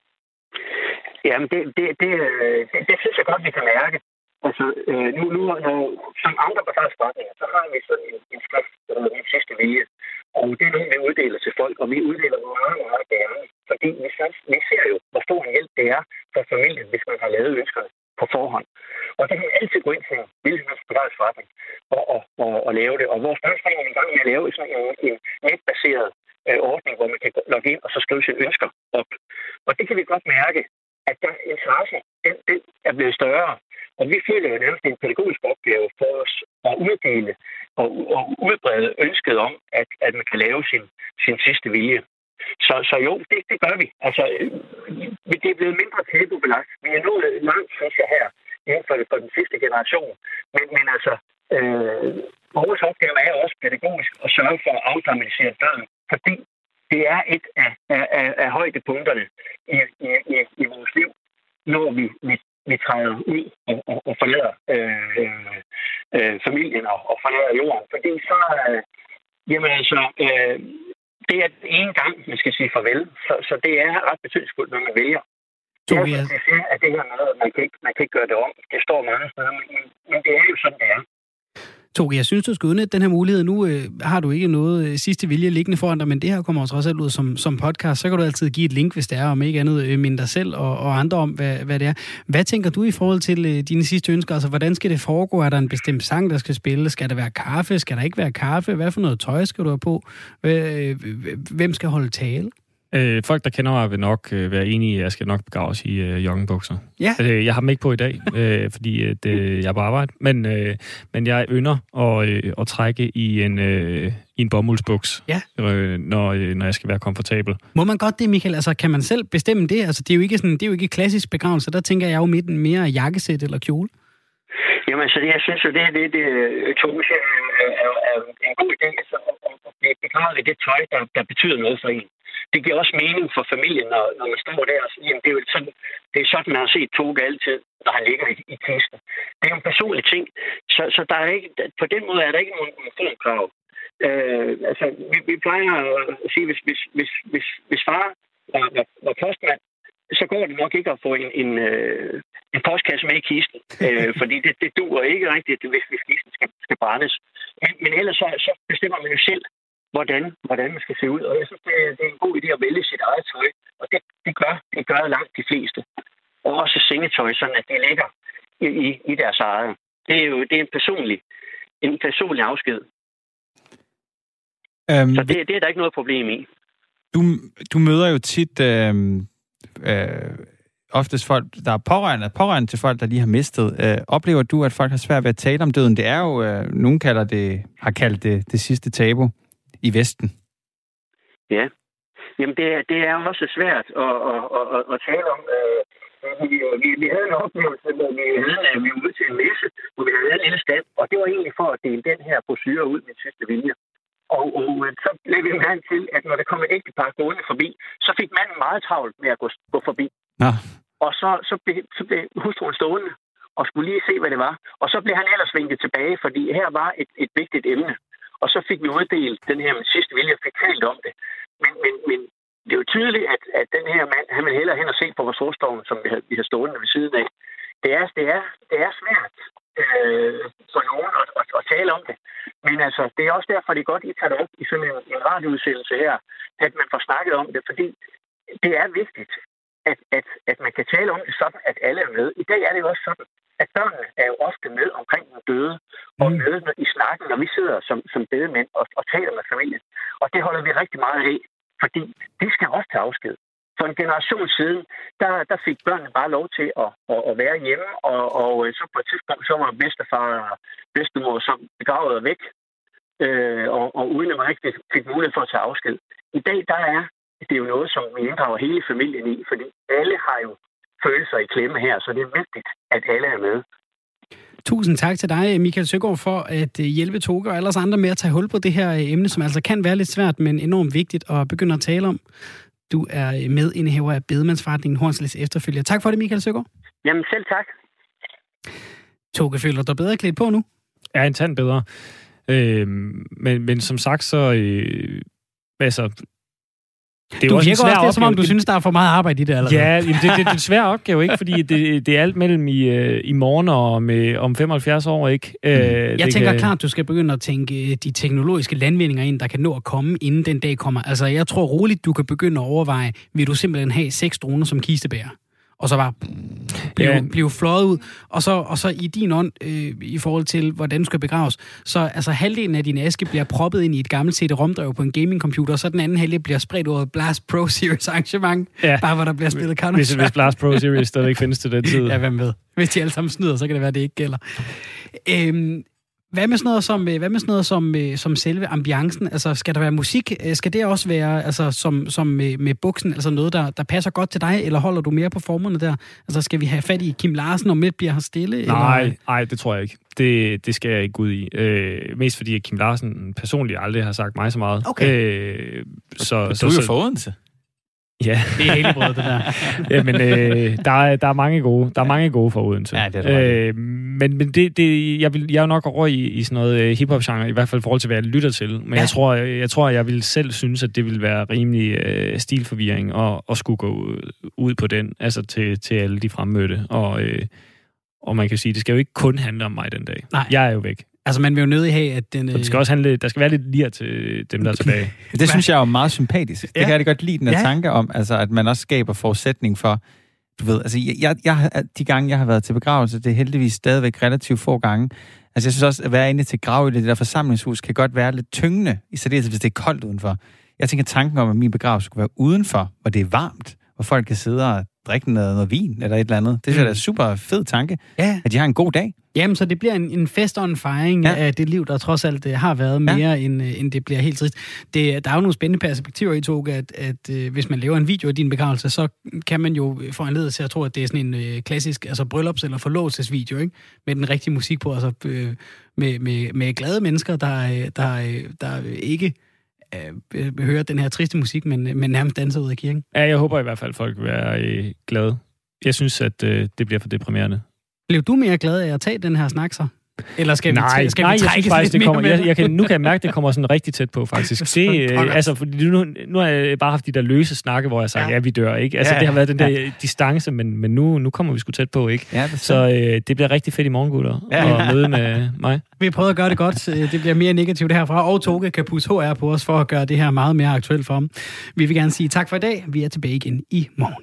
Jamen, det, det, det, det, det synes jeg godt, vi kan mærke. Altså, øh, nu, nu når, som andre begravelsesforretninger, så har vi sådan en, en skrift, der hedder Min sidste vilje. Og det er noget, vi uddeler til folk, og vi uddeler meget, meget gerne. Fordi vi, synes, vi ser jo, hvor stor en hjælp det er for familien, hvis man har lavet ønskerne på forhånd. Og det kan man altid gå ind til en hvilken begravelsesforretning og, og, og, og lave det. Og vores børnsforening er i gang med at lave sådan en, en netbaseret øh, ordning, hvor man kan logge ind og så skrive sine ønsker op. Og det kan vi godt mærke, at der interesse, den, den er blevet større. Og vi føler jo nærmest en pædagogisk opgave for os at uddele og, og udbrede ønsket om, at, at man kan lave sin, sin sidste vilje. Så, så jo, det, det gør vi. Altså, det er blevet mindre tabubelagt. Vi er nået langt, synes jeg, her inden for, for den sidste generation. Men, men altså, øh, vores opgave er også pædagogisk at sørge for at afdramatisere døden, fordi det er et af, af, af, af højdepunkterne i, i, i, i vores liv, når vi, vi, vi træder ud og, og, og forlader øh, øh, familien og, og forlader jorden. Fordi så, øh, jamen altså, øh, det er den ene gang, man skal sige farvel. Så, så det er ret betydningsfuldt, når man vælger. Det er, som det siger, at det her med, at man kan, ikke, man kan ikke gøre det om. Det står mange steder, men, men det er jo sådan, det er. Toge, jeg synes, du skal udnytte den her mulighed. Nu øh, har du ikke noget øh, sidste vilje liggende foran dig, men det her kommer også også ud som, som podcast. Så kan du altid give et link, hvis det er, om ikke andet øh, minde dig selv og, og andre om, hvad, hvad det er. Hvad tænker du i forhold til øh, dine sidste ønsker? Altså, hvordan skal det foregå? Er der en bestemt sang, der skal spille? Skal der være kaffe? Skal der ikke være kaffe? Hvad for noget tøj skal du have på? Øh, hvem skal holde tale? Øh, folk, der kender mig, vil nok øh, være enige i, at jeg skal nok begraves i øh, joggingbukser. Ja. Øh, jeg har dem ikke på i dag, øh, fordi øh, det, jeg er på arbejde, men, øh, men jeg ynder at, øh, at trække i en, øh, i en bomuldsbuks, ja. øh, når, øh, når jeg skal være komfortabel. Må man godt det, Michael? Altså, kan man selv bestemme det? Altså, det er jo ikke, sådan, det er jo ikke klassisk begravelse. Der tænker jeg jo midt mere jakkesæt eller kjole. Jamen, så det, jeg synes jo, det, det, det Tove siger, er, er, er en god idé. Altså, at blive begravet i det tøj, der, der betyder noget for en. Det giver også mening for familien, når, når man står der og siger, jamen, det er jo sådan, det er sådan, man har set Toge altid, når han ligger i, i kisten. Det er jo en personlig ting. Så, så der er ikke, på den måde er der ikke nogen, nogen formkrav. Øh, altså, vi, vi plejer at sige, hvis, hvis, hvis, hvis, hvis far var, var, var postmand, så går det nok ikke at få en, en, en postkasse med i kisten. Øh, fordi det, det duer ikke rigtigt, hvis, hvis kisten skal, skal brændes. Men, men ellers så, så bestemmer man jo selv, hvordan, hvordan man skal se ud. Og jeg synes, det er, det er en god idé at vælge sit eget tøj. Og det, det, gør, det gør langt de fleste. Og også sengetøj, sådan at det ligger i, i, i deres eget. Det er jo det er en personlig, en personlig afsked. Um, Så det, det er der ikke noget problem i. Du, du møder jo tit øh, øh, oftest folk, der er pårørende, pårørende til folk, der lige har mistet. Øh, oplever du, at folk har svært ved at tale om døden? Det er jo, øh, nogen kalder det, har kaldt det det sidste tabu i Vesten. Ja. Jamen, det, det er også svært at, at, at, at tale om. Vi, vi, vi havde en oplevelse, hvor vi, havde, vi var ude til en messe, hvor vi havde en lille stand, og det var egentlig for at dele den her brochure ud med sidste vilje. Og, og så blev vi mand til, at når der kom et ægtepar gående forbi, så fik manden meget travlt med at gå, gå forbi. Ja. Og så, så, blev, så blev hustruen stående og skulle lige se, hvad det var. Og så blev han ellers vinket tilbage, fordi her var et, et vigtigt emne. Og så fik vi uddelt den her med sidste vilje, og fik talt om det. Men, men, men det er jo tydeligt, at, at den her mand, han vil hellere hen og se på vores storstående, som vi har, vi har stående ved siden af. Det er, det er, det er svært øh, for nogen at, at, at tale om det. Men altså, det er også derfor, det er godt, I tager det op i sådan en, en radioudsendelse her, at man får snakket om det, fordi det er vigtigt, at, at, at man kan tale om det sådan, at alle er med. I dag er det jo også sådan, at børnene er jo ofte med omkring den døde, og med i snakken, når vi sidder som, som bedemænd og, og taler med familien. Og det holder vi rigtig meget af, fordi de skal også tage afsked. For en generation siden, der, der fik børnene bare lov til at, at, at være hjemme, og, og så på et tidspunkt, så var bedstefar og bedstemor så begravet væk, øh, og, og uden at man rigtig fik mulighed for at tage afsked. I dag, der er det er jo noget, som vi inddrager hele familien i, fordi alle har jo følelser i klemme her, så det er vigtigt, at alle er med. Tusind tak til dig, Michael Søgaard, for at hjælpe Toge og alle os andre med at tage hul på det her emne, som altså kan være lidt svært, men enormt vigtigt at begynde at tale om. Du er medindehaver af bedemandsforretningen Hornslet Efterfølger. Tak for det, Michael Søgaard. Jamen selv tak. Toge, føler du dig bedre klædt på nu? Ja, en tand bedre. Øh, men, men som sagt, så... Øh, altså... Det er du virker også, også det, som om du synes, der er for meget arbejde i det allerede. Ja, det, det, det er en svær opgave, ikke? Fordi det, det er alt mellem i, i morgen og om, om femoghalvfjerds år, ikke? Mm. Jeg det tænker kan... klart, du skal begynde at tænke de teknologiske landvindinger ind, der kan nå at komme, inden den dag kommer. Altså, jeg tror roligt, du kan begynde at overveje, vil du simpelthen have seks droner som kistebærer? Og så bare blive, ja. blive fløjet ud. Og så, og så i din ånd, øh, i forhold til, hvordan du skal begraves, så altså halvdelen af din aske bliver proppet ind i et gammelt C D-romdrev på en gamingcomputer, og så den anden halvdel bliver spredt over et Blast Pro Series arrangement, ja. Bare hvor der bliver spillet Counter-Strike. Hvis, hvis Blast Pro Series stadigvæk findes til den tid. Ja, hvem ved. Hvis de alle sammen snyder, så kan det være, det ikke gælder. Øhm, Hvad med sådan noget som, hvad med sådan noget som, som selve ambiancen? Altså, skal der være musik? Skal det også være altså, som, som med, med buksen, altså noget, der, der passer godt til dig, eller holder du mere på formerne der? Altså, skal vi have fat i Kim Larsen, og midt bliver her stille? Nej, eller? nej, det tror jeg ikke. Det, det skal jeg ikke ud i. Øh, mest fordi, at Kim Larsen personligt aldrig har sagt mig så meget. Okay. Øh, så, du så, er jo så, for Odense. Ja. Det er hele brød, det der. Jamen, øh, der, er, der er mange gode. Der er mange gode for Odense. Ja, det er øh, men men det, det, jeg, vil, jeg er jo nok over i, i sådan noget hiphop-genre, i hvert fald i forhold til, hvad jeg lytter til. Men ja. jeg tror, jeg, jeg tror, jeg vil selv synes, at det vil være rimelig øh, stilforvirring at, at skulle gå ud på den, altså til, til alle de fremmødte. Og, øh, og man kan sige, det skal jo ikke kun handle om mig den dag. Nej. Jeg er jo væk. Altså, man vil jo nødig have, at den... Så det skal også handle, der skal være lidt lir til dem, der er tilbage. Det synes jeg er jo meget sympatisk. Det ja. kan jeg godt lide, den her ja. tanke om, altså, at man også skaber forudsætning for, du ved, altså, jeg, jeg, de gange, jeg har været til begravelse, det er heldigvis stadigvæk relativt få gange. Altså, jeg synes også, at være inde til grav i det der forsamlingshus, kan godt være lidt tyngende, i særdeleshed, hvis det er koldt udenfor. Jeg tænker tanken om, at min begravelse skulle være udenfor, hvor det er varmt, hvor folk kan sidde og drikke noget, noget vin eller et eller andet. Det synes jeg er en super fed tanke, ja. at de har en god dag. Jamen, så det bliver en, en fest og en fejring ja. af det liv, der trods alt det har været mere, ja. end, end det bliver helt trist. Det, der er jo nogle spændende perspektiver i Toge, at, at uh, hvis man laver en video af din begravelse, så kan man jo få en led til at tro, at det er sådan en uh, klassisk altså bryllups- eller forlovelsesvideo, ikke? Med den rigtige musik på, altså uh, med, med, med glade mennesker, der, der, der ikke uh, hører den her triste musik, men, men nærmest danser ud af kirken. Ja, jeg håber i hvert fald, at folk vil være øh, glade. Jeg synes, at øh, det bliver for deprimerende. Blev du mere glad af at tage den her snak så? Eller skal nej, vi, skal nej, vi jeg synes faktisk, det kommer, jeg, jeg kan, nu kan jeg mærke, at det kommer sådan rigtig tæt på, faktisk. Det, øh, altså, fordi nu, nu har jeg bare haft de der løse snakke, hvor jeg sagde, ja, ja vi dør, ikke? Altså, ja, det har været den der ja. distance, men, men nu, nu kommer vi sgu tæt på, ikke? Ja, så øh, det bliver rigtig fedt i morgen, gutter, ja. at møde med mig. Vi prøver at gøre det godt. Det bliver mere negativt herfra, og Toge kan pusse H R på os for at gøre det her meget mere aktuelt for ham. Vi vil gerne sige tak for i dag. Vi er tilbage igen i morgen.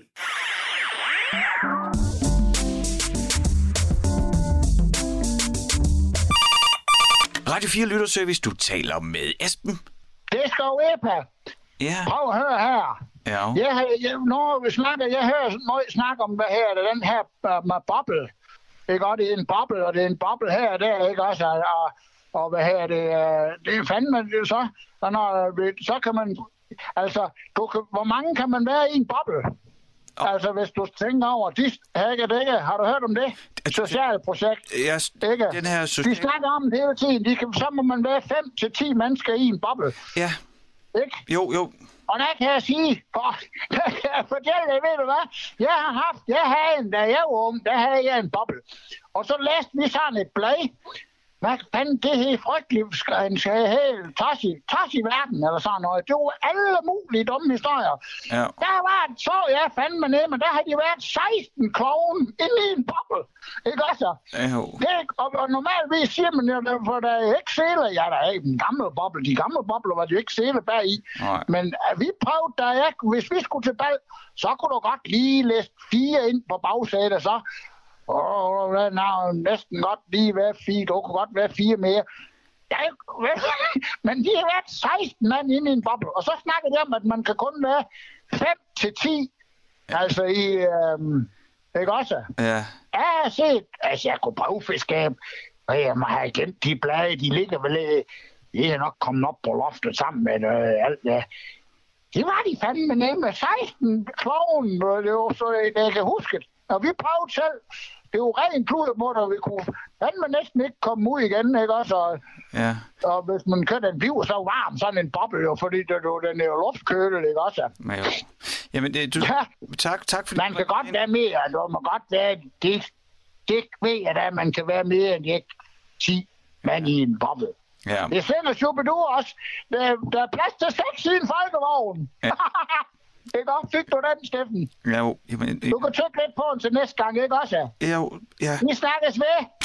Radio fire Lytterservice, du taler med Esben. Det er Skov Epa. Ja. Prøv at høre her. Ja. Jeg, jeg, når vi snakker, jeg hører noget snak om, hvad her er den her uh, med boble. Ikke, og det er en boble, og det er en boble her og der, ikke også? Og, og, og hvad her det uh, det er fandme det så. Og når, så kan man, altså, du kan, hvor mange kan man være i en boble? Oh. Altså, hvis du tænker over, de hækker det ikke. Har du hørt om det? Socialt projekt. Ja, ikke? Den her social... De snakker om det hele tiden. De kan, så må man være fem til ti mennesker i en boble. Ja. Ikke? Jo, jo. Og der kan jeg sige, for, der kan jeg fortælle dig, ved du hvad? Jeg har haft, jeg havde en, da jeg var ung, der havde jeg en boble. Og så læste vi sådan et blad. Hvad fanden, det er helt frygteligt, han sagde helt tas i, tas i verden, eller sådan noget. Det var alle mulige dumme historier. Ja. Der var, så jeg fandme ned, men der har de været seksten klovne inde i en boble. Ikke også? Ja. Det, og, og normalvis siger man jo, for der er ikke sæler. Ja, der er ikke en gammel boble. De gamle bobler var jo ikke sæler bag i. Nej. Men uh, vi prøvede, der er, hvis vi skulle til bal, så kunne du godt lige læse fire ind på bagsædet, så... Åh, oh, nej, næsten godt lige være fire. Du kunne godt være fire mere. Ja, men de har været seksten mand inde i en boble. Og så snakker de om, at man kan kun være fem til ti. Altså i... Øhm, ikke også? Ja. Jeg har set... Altså, jeg kunne bagfiskab. Og jeg må have gemt de blade. De ligger vel... De er nok kommet op på loftet sammen med øh, alt det. Det var de fandme nemme med seksten klovne. Det var så, jeg kan huske det. Og vi prøvede selv, det er jo rent kludermutter, vi kunne fandme næsten ikke komme ud igen, ikke også? Og, ja. og hvis man kører den bliver så varm, sådan en boble jo, fordi det, den er jo luftkølet, ikke også? Men jo. Jamen, det, du... Ja. Tak, tak for det. Man kan godt være mere, du må godt være, det, det ved jeg da, man kan være mere end ikke ti mand i en boble. Ja. Det sender Shubidu også. Der, der er plads til seks i en folkevogn. Ja. Det er godt. Fik du den, Steffen? Ja, jo. Jamen, det... Du kan trykke lidt på den til næste gang, ikke også? Ja, jo. Ja. Vi snakkes ved.